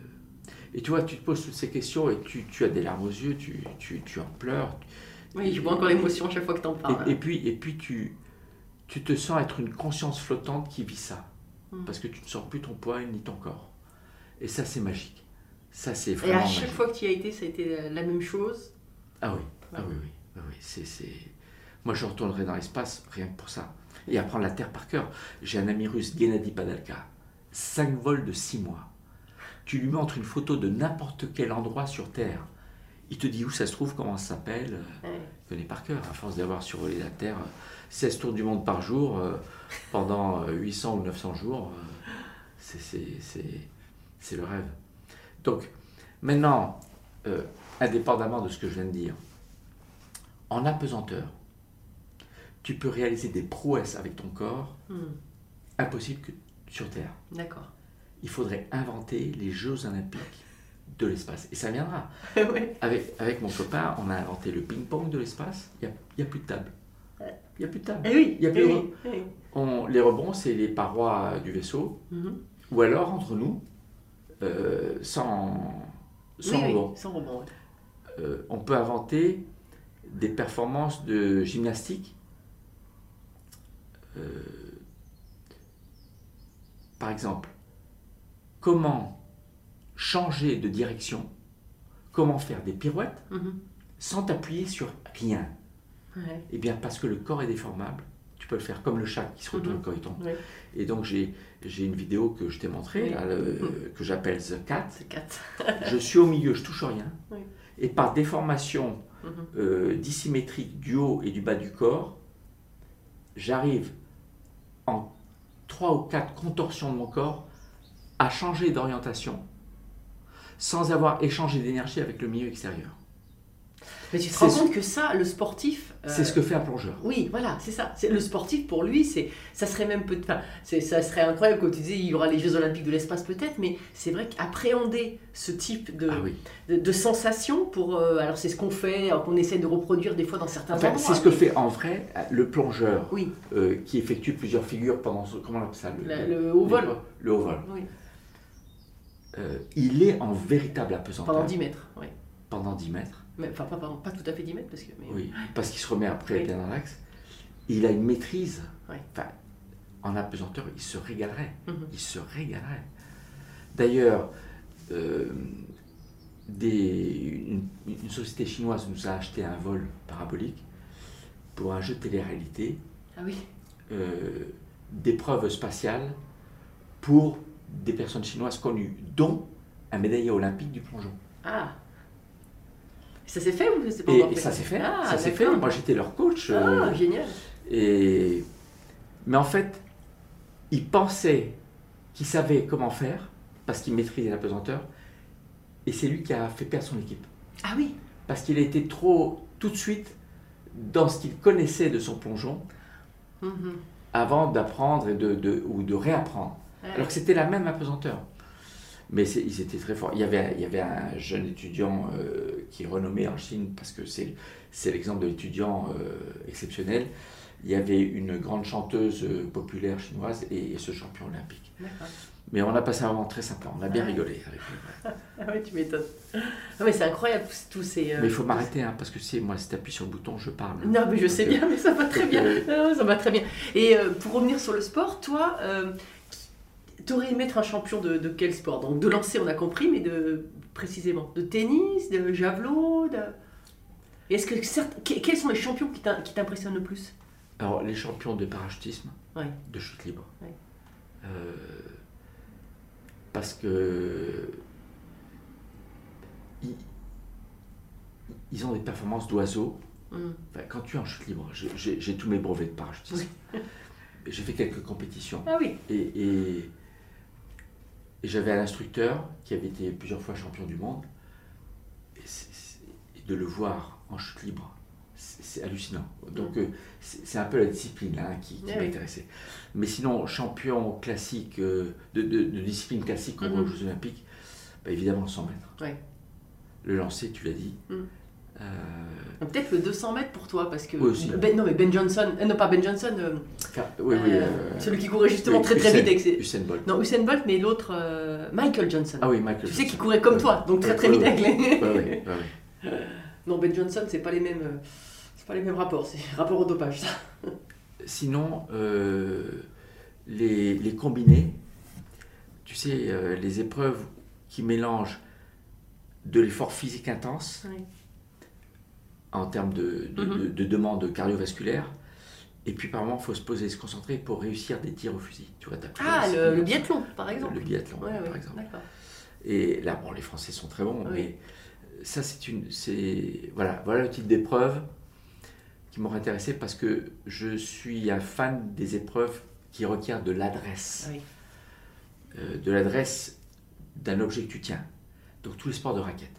et tu vois, tu te poses toutes ces questions et tu, tu as des larmes aux yeux, tu, tu, tu en pleures. Oui, je vois encore l'émotion à chaque fois que tu en parles. Et, et puis, et puis tu, tu te sens être une conscience flottante qui vit ça. Mm. Parce que tu ne sens plus ton poids ni ton corps. Et ça, c'est magique. Ça, c'est Et vraiment à chaque magique. fois que tu y as été, ça a été la même chose. Ah oui, ah oui, oui. Ah oui. C'est, c'est... Moi, je retournerai dans l'espace rien que pour ça. Et apprendre la Terre par cœur. J'ai un ami russe, Gennady Padalka. Cinq vols de six mois. Tu lui montres une photo de n'importe quel endroit sur Terre. Il te dit où ça se trouve, comment ça s'appelle. Ouais. Il connaît par cœur, à force d'avoir survolé la Terre. seize tours du monde par jour, euh, pendant euh, huit cents ou neuf cents jours. euh, c'est, c'est, c'est, c'est le rêve. Donc, maintenant, euh, indépendamment de ce que je viens de dire, en apesanteur, tu peux réaliser des prouesses avec ton corps Hmm. impossibles que sur Terre. D'accord. Il faudrait inventer les Jeux Olympiques de l'espace. Et ça viendra. Ouais. Avec, avec mon copain, on a inventé le ping-pong de l'espace. Il n'y a, a plus de table. Il n'y a plus de table. Eh oui, Il y a eh plus de oui, re- eh oui. on- les rebonds, c'est les parois du vaisseau. Mhm. Ou alors, entre nous, euh, sans, sans Oui, oui, rebond. sans rebond, ouais. Euh, on peut inventer des performances de gymnastique. Euh, par exemple, comment changer de direction, comment faire des pirouettes Mhm. sans t'appuyer sur rien. Ouais. Eh bien, parce que le corps est déformable, tu peux le faire comme le chat qui se retourne Mhm. quand il tombe. Ouais. Et donc, j'ai, j'ai une vidéo que je t'ai montrée, Oui. là, le- que j'appelle The Cat. C'est quatre. Je suis au milieu, je touche rien. Oui. Et par déformation Mhm. euh, dissymétrique du haut et du bas du corps, j'arrive en trois ou quatre contorsions de mon corps à changer d'orientation sans avoir échangé d'énergie avec le milieu extérieur. Mais tu te C'est rends ce- compte que ça, le sportif... euh, C'est ce que fait un plongeur. Oui, voilà, c'est ça. C'est, le sportif, pour lui, c'est, ça serait même peut enfin, c'est, ça serait incroyable, comme tu disais, il y aura les Jeux Olympiques de l'espace peut-être, mais c'est vrai qu'appréhender ce type de, Ah oui. de, de sensations, pour, euh, alors c'est ce qu'on fait, alors qu'on essaie de reproduire des fois dans certains Enfin, endroits. c'est ce que fait en vrai le plongeur Oui, euh, qui effectue plusieurs figures pendant ce, comment on appelle ça La- le haut vol. Le haut vol. oui. Euh, il est en véritable apesanteur. Pendant dix mètres, oui. Pendant dix mètres. Mais, enfin, pas, pardon, pas tout à fait dix mètres, parce que... Mais, Oui, parce qu'il se remet après Oui. bien dans l'axe. Il a une maîtrise. Oui. Enfin, en apesanteur, il se régalerait. Mhm. Il se régalerait. D'ailleurs, euh, des, une, une société chinoise nous a acheté un vol parabolique pour un jeu de télé-réalité Ah oui, euh, d'épreuves spatiales pour des personnes chinoises connues, dont un médaillé olympique du plongeon. ah. Ça s'est fait ou c'est pas Et, encore et ça s'est fait. Ah, ça s'est fait. d'accord. Moi, j'étais leur coach. Ah, euh, génial. Et... Mais en fait, il pensait qu'il savait comment faire, parce qu'il maîtrisait la pesanteur, et c'est lui qui a fait perdre son équipe. Ah oui, Parce qu'il a été trop, tout de suite, dans ce qu'il connaissait de son plongeon, Mhm. avant d'apprendre et de, de- ou de réapprendre. Ouais. Alors que c'était la même apesanteur. Mais c'est- ils étaient très forts. Il y avait, il y avait un jeune étudiant euh, qui est renommé en Chine, parce que c'est, c'est l'exemple de l'étudiant euh, exceptionnel. Il y avait une grande chanteuse euh, populaire chinoise et, et ce champion olympique. D'accord. Mais on a passé un moment très sympa, on a bien Ah. rigolé avec lui. Ah ouais, tu m'étonnes. Ah ouais, c'est incroyable tous, tous ces. euh, Mais il faut m'arrêter, hein, parce que c'est moi, si tu appuies sur le bouton, je parle. Non, mais je sais Donc, euh, bien, mais ça va très bien. euh, Non, ça va très bien. Et euh, pour revenir sur le sport, toi, euh, t'aurais aimé être un champion de, de quel sport? Donc de lancer, on a compris, mais de précisément de tennis, de javelot, de. Et est-ce que certes, que- quels sont les champions qui t'im- qui t'impressionnent le plus? Alors, les champions de parachutisme, Ouais. de chute libre. Ouais. Euh, parce que ils, ils ont des performances d'oiseaux. Mm. Enfin, quand tu es en chute libre, j'ai- j'ai j'ai tous mes brevets de parachutisme. J'ai fait quelques compétitions. Ah oui. Et, et- et j'avais un instructeur qui avait été plusieurs fois champion du monde. Et, c'est- c'est- et de le voir en chute libre, c'est c'est hallucinant. Donc euh, c'est c'est un peu la discipline là, hein, qui, qui Ah oui. m'intéressait. Mais sinon, champion classique, euh, de, de- de discipline classique qu'on voit aux Mhm. Jeux Olympiques, bah, évidemment le cent mètres. Ouais. Le lancer, tu l'as dit. Mhm. Euh, Peut-être le deux cents mètres pour toi, parce que. Oui, aussi. Ben, non, mais Ben Johnson, euh, non pas Ben Johnson, euh, enfin, oui, oui. euh, euh, celui qui courait justement oui, très très Usain- vite avec ses. Usain Bolt. Non, Usain Bolt, mais l'autre, euh, Michael Johnson. Ah oui, Michael. Tu sais Johnson. qui courait comme Ouais. toi, donc très Ouais, très ouais, vite ouais. avec les. Ouais, ouais, ouais, ouais. Non, Ben Johnson, c'est pas les mêmes, euh, c'est pas les mêmes rapports, c'est rapport au dopage, ça. Sinon, euh, les, les combinés, tu sais, euh, les épreuves qui mélangent de l'effort physique intense Oui. en termes de, de, Mhm. de- de demande cardiovasculaire, et puis par moment, il faut se poser, se concentrer pour réussir des tirs au fusil. Tu vois, t'as plusieurs Ah, le, disciplines. le biathlon, par exemple. Le biathlon, Ouais, ouais, par exemple. d'accord. Et là, bon, les Français sont très bons, Oui. mais ça, c'est une, c'est voilà, voilà le type d'épreuve qui m'aurait intéressé parce que je suis un fan des épreuves qui requièrent de l'adresse, Ah oui. Euh, de l'adresse d'un objet que tu tiens. Donc tous les sports de raquette,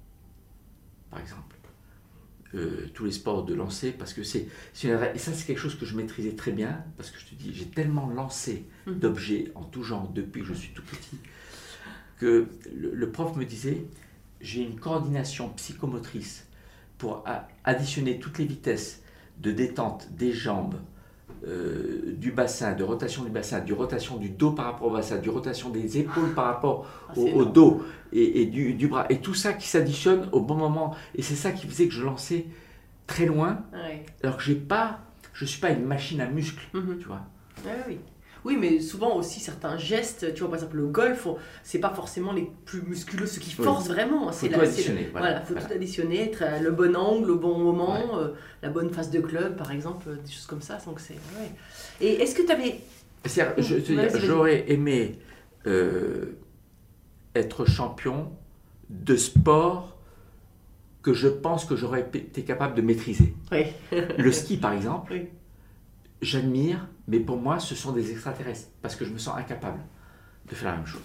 par exemple, Euh, tous les sports de lancer, parce que c'est, c'est une adresse, et ça c'est quelque chose que je maîtrisais très bien, parce que je te dis, j'ai tellement lancé Mhm. d'objets en tout genre depuis que je suis tout petit, que le, le prof me disait, j'ai une coordination psychomotrice pour a- additionner toutes les vitesses de détente des jambes, euh, du bassin, de rotation du bassin, du rotation du dos par rapport au bassin, du rotation des épaules par rapport Ah, au, c'est au énorme. dos et, et du, du bras, et tout ça qui s'additionne au bon moment. Et c'est ça qui faisait que je lançais très loin, Ouais. alors que j'ai pas, je suis pas une machine à muscles, Mhm. tu vois. Ouais, oui. Oui, mais souvent aussi certains gestes, tu vois, par exemple le golf, on- c'est pas forcément les plus musculeux, ceux qui Oui. forcent vraiment. Faut C'est tout la- c'est additionner, le- voilà, Voilà, faut voilà. tout additionner, être à le bon angle, au bon moment, Ouais. euh, la bonne phase de club, par exemple, euh, des choses comme ça. Donc c'est. Ouais. Et est-ce que tu avais. C'est-à-dire, je te dis, Vas-y, vas-y. j'aurais aimé euh, être champion de sport que je pense que j'aurais été capable de maîtriser. Oui. Le ski, par exemple, Oui. j'admire, mais pour moi, ce sont des extraterrestres, parce que je me sens incapable de faire la même chose.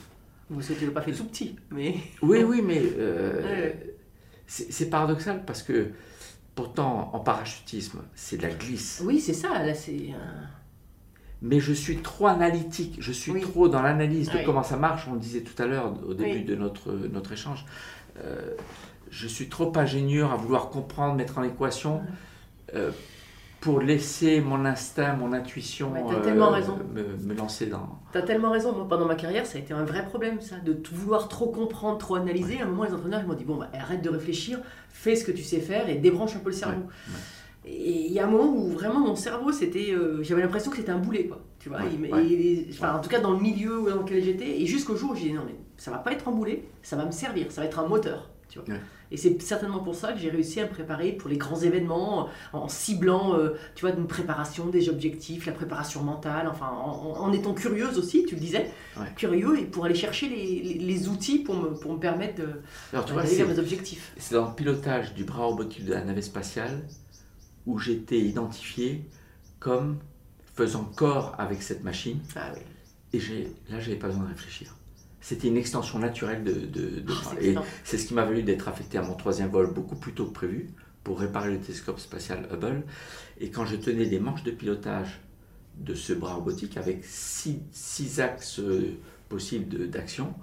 Parce que tu l'as pas fait tout petit, mais... Oui, oui, mais euh, Ouais. c'est c'est paradoxal parce que pourtant, en parachutisme, c'est de la glisse. Oui, c'est ça, là, c'est... un- Mais je suis trop analytique, je suis Oui. trop dans l'analyse de Oui. comment ça marche. On le disait tout à l'heure au début Oui. de notre, notre échange. Euh, je suis trop ingénieur à vouloir comprendre, mettre en équation euh, pour laisser mon instinct, mon intuition Ouais, t'as tellement raison. me, me lancer dans... T'as tellement raison, moi pendant ma carrière ça a été un vrai problème ça, de t- vouloir trop comprendre, trop analyser. À un moment les entraîneurs ils m'ont dit bon bah, arrête de réfléchir, fais ce que tu sais faire et débranche un peu le cerveau. Ouais, ouais. Et il y a un moment où vraiment mon cerveau c'était, euh, j'avais l'impression que c'était un boulet quoi, tu vois. Ouais, Il m- ouais. et- enfin, en tout cas dans le milieu dans lequel j'étais, et jusqu'au jour où j'ai dit non mais ça va pas être un boulet, ça va me servir, ça va être un moteur, tu vois. Ouais. Et c'est certainement pour ça que j'ai réussi à me préparer pour les grands événements, en ciblant, euh, tu vois, une préparation, des objectifs, la préparation mentale, enfin, en, en étant curieuse aussi, tu le disais, Ouais. curieux, et pour aller chercher les, les- les outils pour me, pour me permettre de, Alors, tu vois, d'aller vers c'est- mes objectifs. c'est dans le pilotage du bras robotique de la navette spatiale où j'étais identifié comme faisant corps avec cette machine. Ah oui. Et j'ai, là, j'avais pas besoin de réfléchir. C'était une extension naturelle de, de, de Oh, moi. c'est Et excellent. c'est ce qui m'a valu d'être affecté à mon troisième vol beaucoup plus tôt que prévu pour réparer le télescope spatial Hubble. Et quand je tenais les manches de pilotage de ce bras robotique avec six, six axes euh, possibles de- d'action,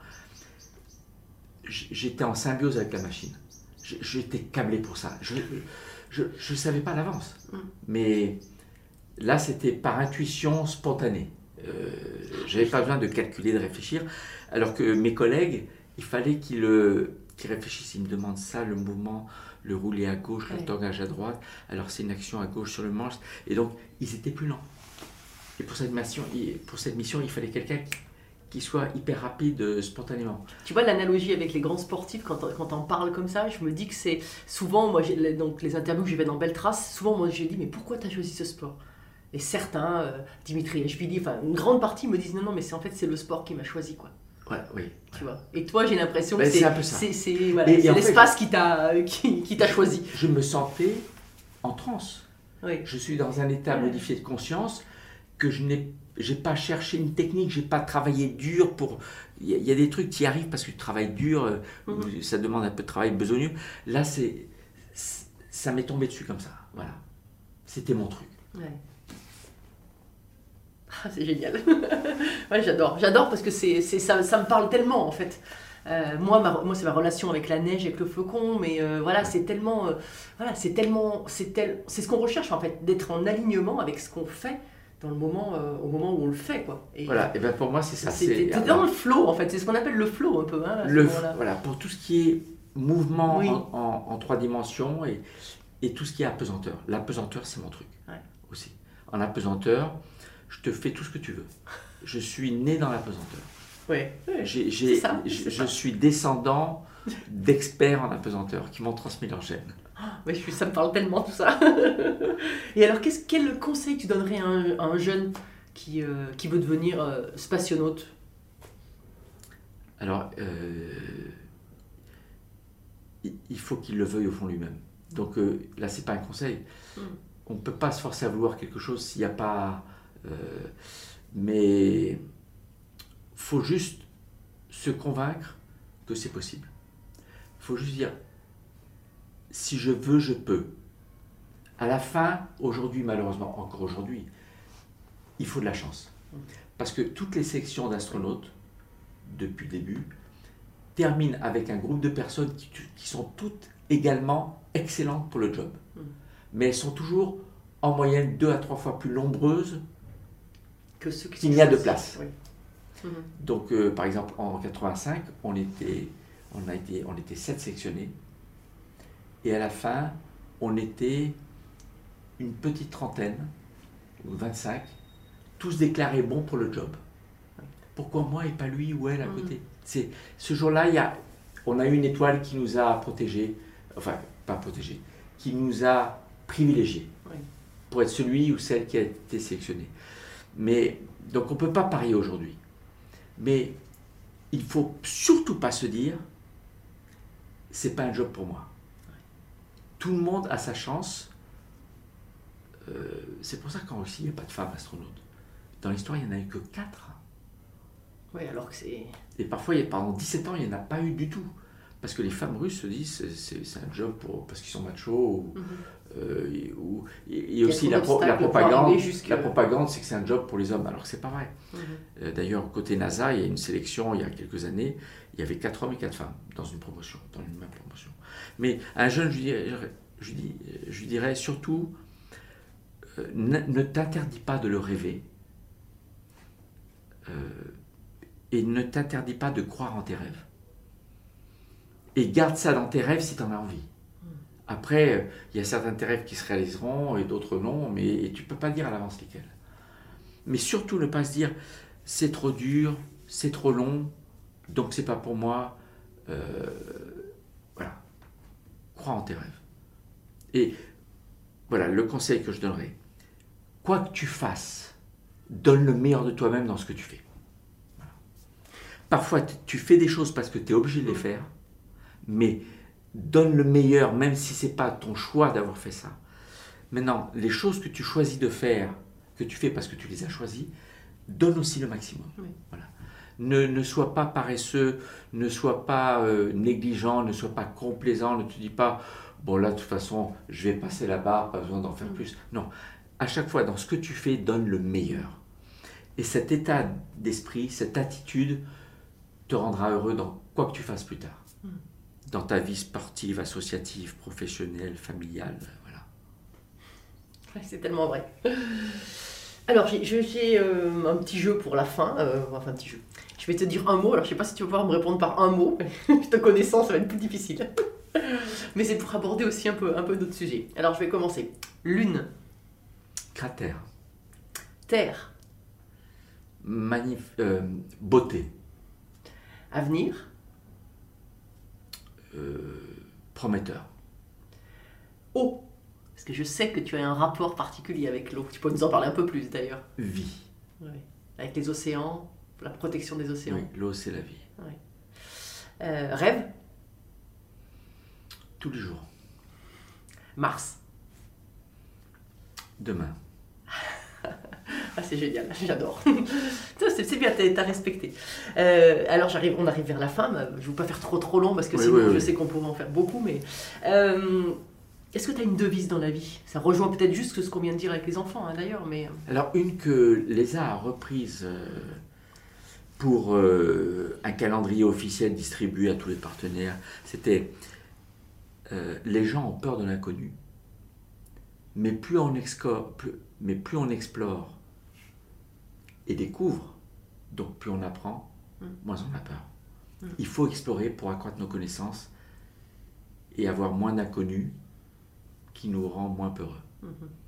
j- j'étais en symbiose avec la machine. J- J'étais câblé pour ça. Je ne savais pas à l'avance. Mm. Mais là, c'était par intuition spontanée. Euh, j'avais pas besoin de calculer, de réfléchir, alors que mes collègues, il fallait qu'ils euh, qu'ils réfléchissent. Ils me demandent ça, le mouvement, le rouler à gauche, le Ouais. tangage à droite, alors c'est une action à gauche sur le manche, et donc ils étaient plus lents. Et pour cette mission, il, pour cette mission, il fallait quelqu'un qui, qui soit hyper rapide euh, spontanément. Tu vois l'analogie avec les grands sportifs, quand, quand on parle comme ça, je me dis que c'est souvent, moi, j'ai- donc les interviews que j'ai fait dans Belle Trace, souvent moi j'ai dit mais pourquoi tu as choisi ce sport? Et certains, euh, Dimitri Hachvili, enfin une grande partie me disent non non mais c'est en fait c'est le sport qui m'a choisi quoi. Ouais, oui. Tu vois. Et toi j'ai l'impression Ben, que c'est c'est un peu ça. c'est- c'est- voilà, Et- et c'est en fait, l'espace qui t'a qui, qui t'a choisi. Je me sentais en transe. Oui. Je suis dans un état Ouais. modifié de conscience que je n'ai j'ai pas cherché une technique, j'ai pas travaillé dur pour... Il y, a- il y a des trucs qui arrivent parce que tu travailles dur, euh, Mhm. ça demande un peu de travail besogneux. Là, c'est, c'est- ça m'est tombé dessus comme ça. Voilà. C'était mon truc. Ouais. Ah, c'est génial. Ouais, j'adore. J'adore parce que c'est, c'est, ça, ça me parle tellement en fait. Euh, moi, ma- moi, c'est ma relation avec la neige, avec le flocon, mais euh, voilà, c'est tellement, euh, voilà, c'est tellement, c'est tel, c'est ce qu'on recherche en fait, d'être en alignement avec ce qu'on fait dans le moment, euh, au moment où on le fait quoi. Et Voilà. Et ben pour moi, c'est ça. c'est, c'est, t'es- t'es dans le flow en fait, c'est ce qu'on appelle le flow un peu. Hein, à ce le, moment-là. voilà, pour tout ce qui est mouvement Oui. en, en- en trois dimensions et, et tout ce qui est apesanteur. L'apesanteur, c'est mon truc Ouais. aussi. En apesanteur, je te fais tout ce que tu veux. Je suis né dans l'apesanteur. Ouais. Ouais. J'ai- j'ai- C'est ça, je c'est je ça. suis descendant d'experts en apesanteur qui m'ont transmis leur gène. Ouais, je suis- ça me parle tellement tout ça. Et alors, qu'est-ce, quel conseil tu donnerais à un, à un jeune qui, euh, qui veut devenir euh, spationaute? Alors, euh, il, il faut qu'il le veuille au fond de lui-même. Donc euh, là, c'est pas un conseil. Mm. On ne peut pas se forcer à vouloir quelque chose s'il n'y a pas... euh, mais faut juste se convaincre que c'est possible. Il faut juste dire, si je veux, je peux. À la fin, aujourd'hui, malheureusement, encore aujourd'hui, il faut de la chance. Parce que toutes les sections d'astronautes, depuis le début, terminent avec un groupe de personnes qui, qui sont toutes également excellentes pour le job. Mm. Mais elles sont toujours en moyenne deux à trois fois plus nombreuses Que ceux qui qu'il sont n'y a de choisis. place. Oui. Mhm. Donc, euh, par exemple, en quatre-vingt-cinq, on était, on a été, on était sept sectionnés. Et à la fin, on était une petite trentaine, ou vingt-cinq, tous déclarés bons pour le job. Pourquoi moi et pas lui ou elle à Mhm. côté? C'est, ce jour-là, il y a, on a eu une étoile qui nous a protégés, enfin, pas protégés, qui nous a privilégiés Oui. pour être celui ou celle qui a été sélectionné. Mais, donc on ne peut pas parier aujourd'hui. Mais il ne faut surtout pas se dire, c'est pas un job pour moi. Tout le monde a sa chance. Euh, c'est pour ça qu'en Russie, il n'y a pas de femmes astronautes. Dans l'histoire, il n'y en a eu que quatre. Oui, alors que c'est... Et parfois, il y a, pendant dix-sept ans, il n'y en a pas eu du tout. Parce que les femmes russes se disent c'est, c'est, c'est un job pour, parce qu'ils sont machos. Ou, mm-hmm. euh, et, ou, et, et aussi la, pro, la propagande, jusque... la propagande, c'est que c'est un job pour les hommes, alors que c'est pas vrai. Mm-hmm. Euh, d'ailleurs, côté NASA, il y a une sélection, il y a quelques années, il y avait quatre hommes et quatre femmes dans une promotion, dans une même promotion. Mais à un jeune, je lui dirais, je lui, je lui dirais surtout, euh, ne, ne t'interdis pas de le rêver. Euh, et ne t'interdis pas de croire en tes rêves. Et garde ça dans tes rêves si tu en as envie. Après, il y a certains de tes rêves qui se réaliseront et d'autres non, mais tu ne peux pas dire à l'avance lesquels. Mais surtout ne pas se dire c'est trop dur, c'est trop long, donc c'est pas pour moi. Euh, voilà. Crois en tes rêves. Et voilà le conseil que je donnerais. Quoi que tu fasses, donne le meilleur de toi-même dans ce que tu fais. Voilà. Parfois, tu fais des choses parce que tu es obligé de les faire, mais donne le meilleur, même si ce n'est pas ton choix d'avoir fait ça. Maintenant, les choses que tu choisis de faire, que tu fais parce que tu les as choisies, donne aussi le maximum. Oui. Voilà. Ne, ne sois pas paresseux, ne sois pas euh, négligent, ne sois pas complaisant, ne te dis pas « bon là, de toute façon, je vais passer la barre, pas besoin d'en faire mmh. plus ». Non, à chaque fois, dans ce que tu fais, donne le meilleur. Et cet état d'esprit, cette attitude te rendra heureux dans quoi que tu fasses plus tard. Mmh. Dans ta vie sportive, associative, professionnelle, familiale, voilà. C'est tellement vrai. Alors, j'ai, j'ai euh, un petit jeu pour la fin, euh, enfin un petit jeu. Je vais te dire un mot, alors je sais pas si tu vas pouvoir me répondre par un mot, te connaissant, ça va être plus difficile. Mais c'est pour aborder aussi un peu, un peu d'autres sujets. Alors, je vais commencer. Lune. Cratère. Terre. Magnif- euh, beauté. Avenir. Euh, prometteur. Eau, parce que je sais que tu as un rapport particulier avec l'eau. Tu peux nous en parler un peu plus d'ailleurs. Vie. Oui. Avec les océans, la protection des océans. Oui, l'eau c'est la vie. Oui. Euh, rêve. Tous les jours. Mars. Demain. Ah, c'est génial, j'adore. c'est, c'est bien, t'as respecté. Euh, alors, j'arrive, on arrive vers la fin. Je ne veux pas faire trop trop long parce que oui, sinon, oui, oui. je sais qu'on pourrait en faire beaucoup. Mais euh, est-ce que tu as une devise dans la vie ? Ça rejoint peut-être juste ce qu'on vient de dire avec les enfants, hein, d'ailleurs. Mais... Alors, une que l'E S A a reprise euh, pour euh, un calendrier officiel distribué à tous les partenaires, c'était euh, les gens ont peur de l'inconnu, mais plus on explore, plus, mais plus on explore et découvre, donc plus on apprend, mmh. moins on a peur. Mmh. Il faut explorer pour accroître nos connaissances et avoir moins d'inconnus qui nous rend moins peureux. Mmh.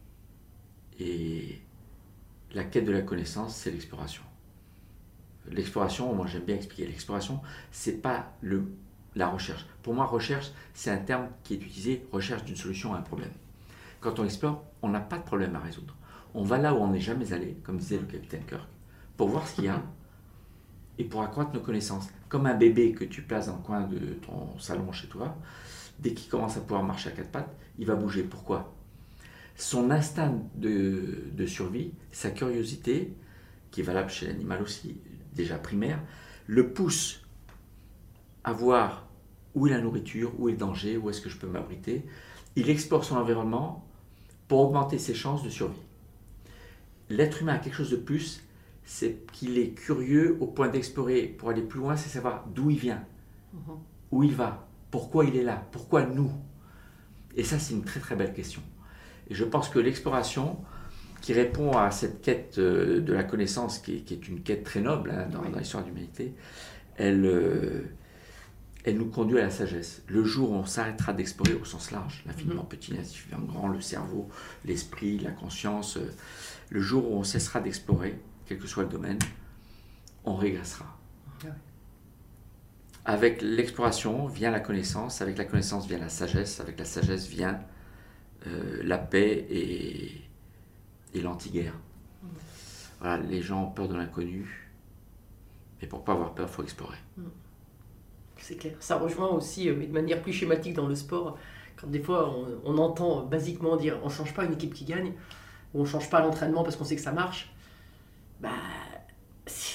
Et la quête de la connaissance, c'est l'exploration. L'exploration, moi j'aime bien expliquer, l'exploration, c'est pas le, la recherche. Pour moi, recherche, c'est un terme qui est utilisé, recherche d'une solution à un problème. Quand on explore, on n'a pas de problème à résoudre. On va là où on n'est jamais allé, comme disait le capitaine Kirk, pour voir ce qu'il y a et pour accroître nos connaissances. Comme un bébé que tu places dans le coin de ton salon chez toi, dès qu'il commence à pouvoir marcher à quatre pattes, il va bouger. Pourquoi ? Son instinct de, de survie, sa curiosité, qui est valable chez l'animal aussi, déjà primaire, le pousse à voir où est la nourriture, où est le danger, où est-ce que je peux m'abriter. Il explore son environnement pour augmenter ses chances de survie. L'être humain a quelque chose de plus, c'est qu'il est curieux au point d'explorer pour aller plus loin, c'est savoir d'où il vient, mmh. où il va, pourquoi il est là, pourquoi nous. Et ça, c'est une très très belle question. Et je pense que l'exploration, qui répond à cette quête de la connaissance, qui est, qui est une quête très noble hein, dans, oui. dans l'histoire de l'humanité, elle, euh, elle nous conduit à la sagesse. Le jour où on s'arrêtera d'explorer au sens large, l'infiniment mmh. petit, l'infiniment grand, le cerveau, l'esprit, la conscience, euh, le jour où on cessera d'explorer, quel que soit le domaine, on régressera. Oui. Avec l'exploration vient la connaissance, avec la connaissance vient la sagesse, avec la sagesse vient euh, la paix et, et l'anti-guerre. Mmh. Voilà, les gens ont peur de l'inconnu, mais pour ne pas avoir peur, il faut explorer. Mmh. C'est clair. Ça rejoint aussi, mais de manière plus schématique dans le sport, quand des fois on, on entend basiquement dire on ne change pas une équipe qui gagne, ou on ne change pas l'entraînement parce qu'on sait que ça marche. Bah, si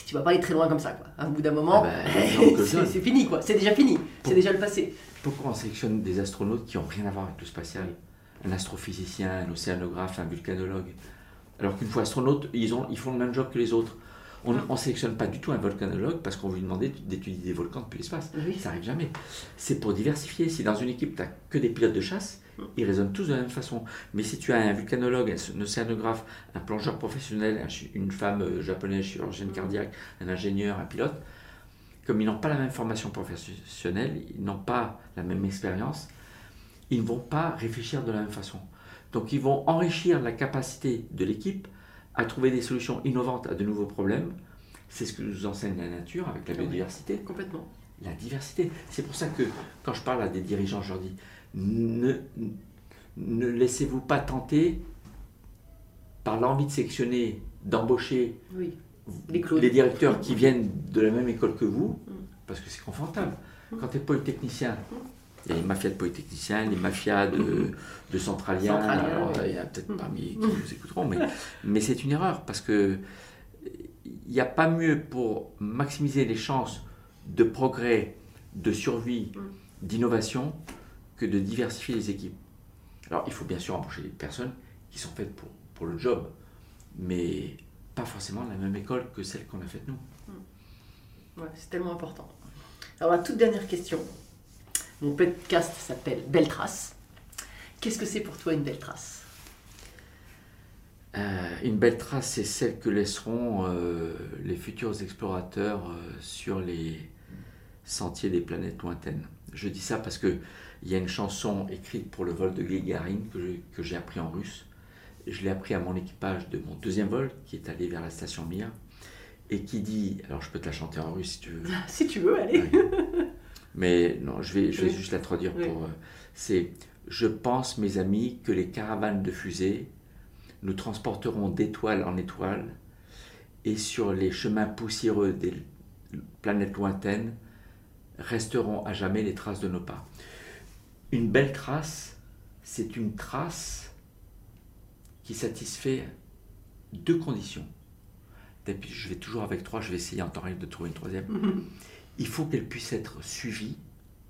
tu vas pas aller très loin comme ça, quoi. À bout d'un moment, Ah bah, c'est, c'est fini, quoi. C'est déjà fini. C'est déjà le passé. Pourquoi on sélectionne des astronautes qui n'ont rien à voir avec le spatial? Un astrophysicien, un océanographe, un vulcanologue. Alors qu'une fois astronaute, ils, ont, ils font le même job que les autres. On ne sélectionne pas du tout un volcanologue parce qu'on lui demandait d'étudier des volcans depuis l'espace. Oui. Ça n'arrive jamais. C'est pour diversifier. Si dans une équipe, tu n'as que des pilotes de chasse, ils raisonnent tous de la même façon. Mais si tu as un vulcanologue, un océanographe, un plongeur professionnel, une femme japonaise chirurgienne cardiaque, un ingénieur, un pilote, comme ils n'ont pas la même formation professionnelle, ils n'ont pas la même expérience, ils ne vont pas réfléchir de la même façon. Donc ils vont enrichir la capacité de l'équipe à trouver des solutions innovantes à de nouveaux problèmes. C'est ce que nous enseigne la nature avec la biodiversité. Oui, complètement. La diversité. C'est pour ça que quand je parle à des dirigeants, je leur dis, ne, ne laissez-vous pas tenter par l'envie de sélectionner, d'embaucher oui. les, les directeurs qui viennent de la même école que vous, parce que c'est confortable. Quand tu es polytechnicien, il y a les mafias de polytechniciens, les mafias de, de centraliens. Alors, il y a peut-être parmi qui nous écouteront, mais, mais c'est une erreur parce que il n'y a pas mieux pour maximiser les chances de progrès, de survie, d'innovation que de diversifier les équipes. Alors, il faut bien sûr embaucher des personnes qui sont faites pour, pour le job, mais pas forcément de la même école que celle qu'on a faite nous. Ouais, c'est tellement important. Alors, la toute dernière question. Mon podcast s'appelle Belle Trace. Qu'est-ce que c'est pour toi une belle trace? euh, Une belle trace, c'est celle que laisseront euh, les futurs explorateurs euh, sur les sentiers des planètes lointaines. Je dis ça parce qu'il y a une chanson écrite pour le vol de Gagarine que, je, que j'ai appris en russe. Je l'ai appris à mon équipage de mon deuxième vol, qui est allé vers la station Mir, et qui dit, alors je peux te la chanter en russe si tu veux. Si tu veux, allez. Ouais. Mais non, je vais, je vais oui. juste la traduire oui. pour... Euh, c'est « Je pense, mes amis, que les caravanes de fusées nous transporteront d'étoile en étoile et sur les chemins poussiéreux des planètes lointaines resteront à jamais les traces de nos pas. » Une belle trace, c'est une trace qui satisfait deux conditions. Et puis je vais toujours avec trois, je vais essayer en temps réel de trouver une troisième. Mm-hmm. Il faut qu'elle puisse être suivie,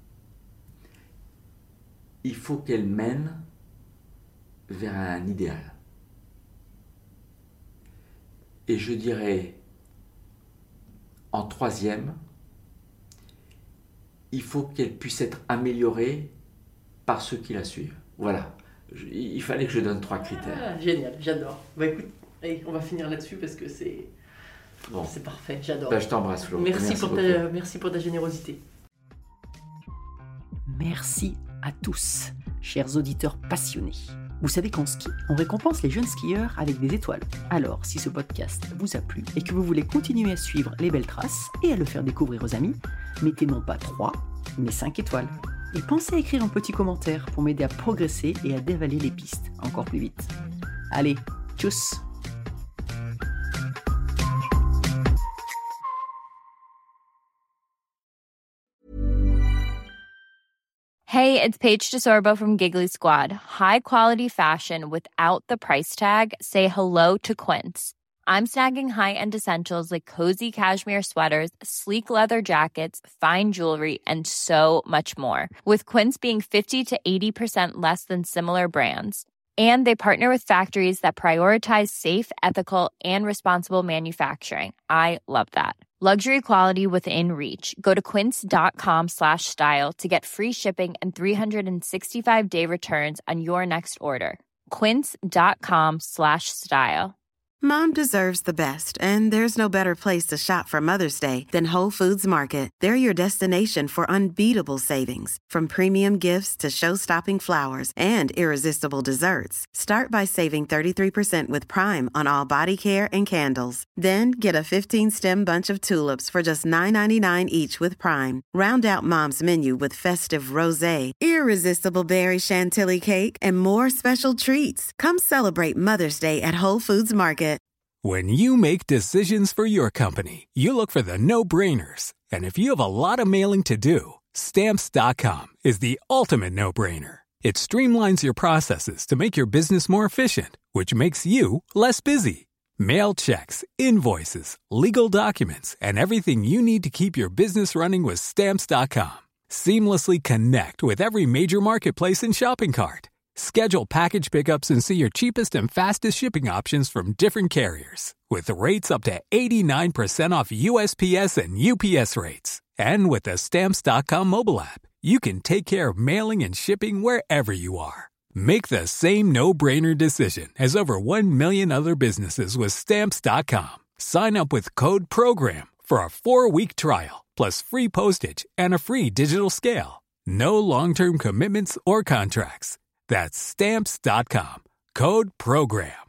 il faut qu'elle mène vers un idéal. Et je dirais, en troisième, il faut qu'elle puisse être améliorée par ceux qui la suivent. Voilà, je, il fallait que je donne trois critères. Ah, génial, j'adore. Bah écoute, allez, on va finir là-dessus parce que c'est... Bon. C'est parfait, j'adore. Ben, je t'embrasse, Flo. Merci, merci, pour ta, merci pour ta générosité. Merci à tous, chers auditeurs passionnés. Vous savez qu'en ski, on récompense les jeunes skieurs avec des étoiles. Alors, si ce podcast vous a plu et que vous voulez continuer à suivre les belles traces et à le faire découvrir aux amis, mettez non pas trois, mais cinq étoiles. Et pensez à écrire un petit commentaire pour m'aider à progresser et à dévaler les pistes encore plus vite. Allez, tchuss! Hey, it's Paige DeSorbo from Giggly Squad. High quality fashion without the price tag. Say hello to Quince. I'm snagging high-end essentials like cozy cashmere sweaters, sleek leather jackets, fine jewelry, and so much more. With Quince being fifty to eighty percent less than similar brands. And they partner with factories that prioritize safe, ethical, and responsible manufacturing. I love that. Luxury quality within reach. Go to quince.com slash style to get free shipping and three sixty-five day returns on your next order. Quince.com slash style. Mom deserves the best, and there's no better place to shop for Mother's Day than Whole Foods Market. They're your destination for unbeatable savings, from premium gifts to show-stopping flowers and irresistible desserts. Start by saving thirty-three percent with Prime on all body care and candles. Then get a fifteen-stem bunch of tulips for just nine ninety-nine each with Prime. Round out Mom's menu with festive rosé, irresistible berry chantilly cake, and more special treats. Come celebrate Mother's Day at Whole Foods Market. When you make decisions for your company, you look for the no-brainers. And if you have a lot of mailing to do, Stamps dot com is the ultimate no-brainer. It streamlines your processes to make your business more efficient, which makes you less busy. Mail checks, invoices, legal documents, and everything you need to keep your business running with Stamps dot com. Seamlessly connect with every major marketplace and shopping cart. Schedule package pickups and see your cheapest and fastest shipping options from different carriers, with rates up to eighty-nine percent off U S P S and U P S rates. And with the Stamps dot com mobile app, you can take care of mailing and shipping wherever you are. Make the same no-brainer decision as over one million other businesses with Stamps dot com. Sign up with code PROGRAM for a four-week trial, plus free postage and a free digital scale. No long-term commitments or contracts. That's Stamps dot com. Code PROGRAM.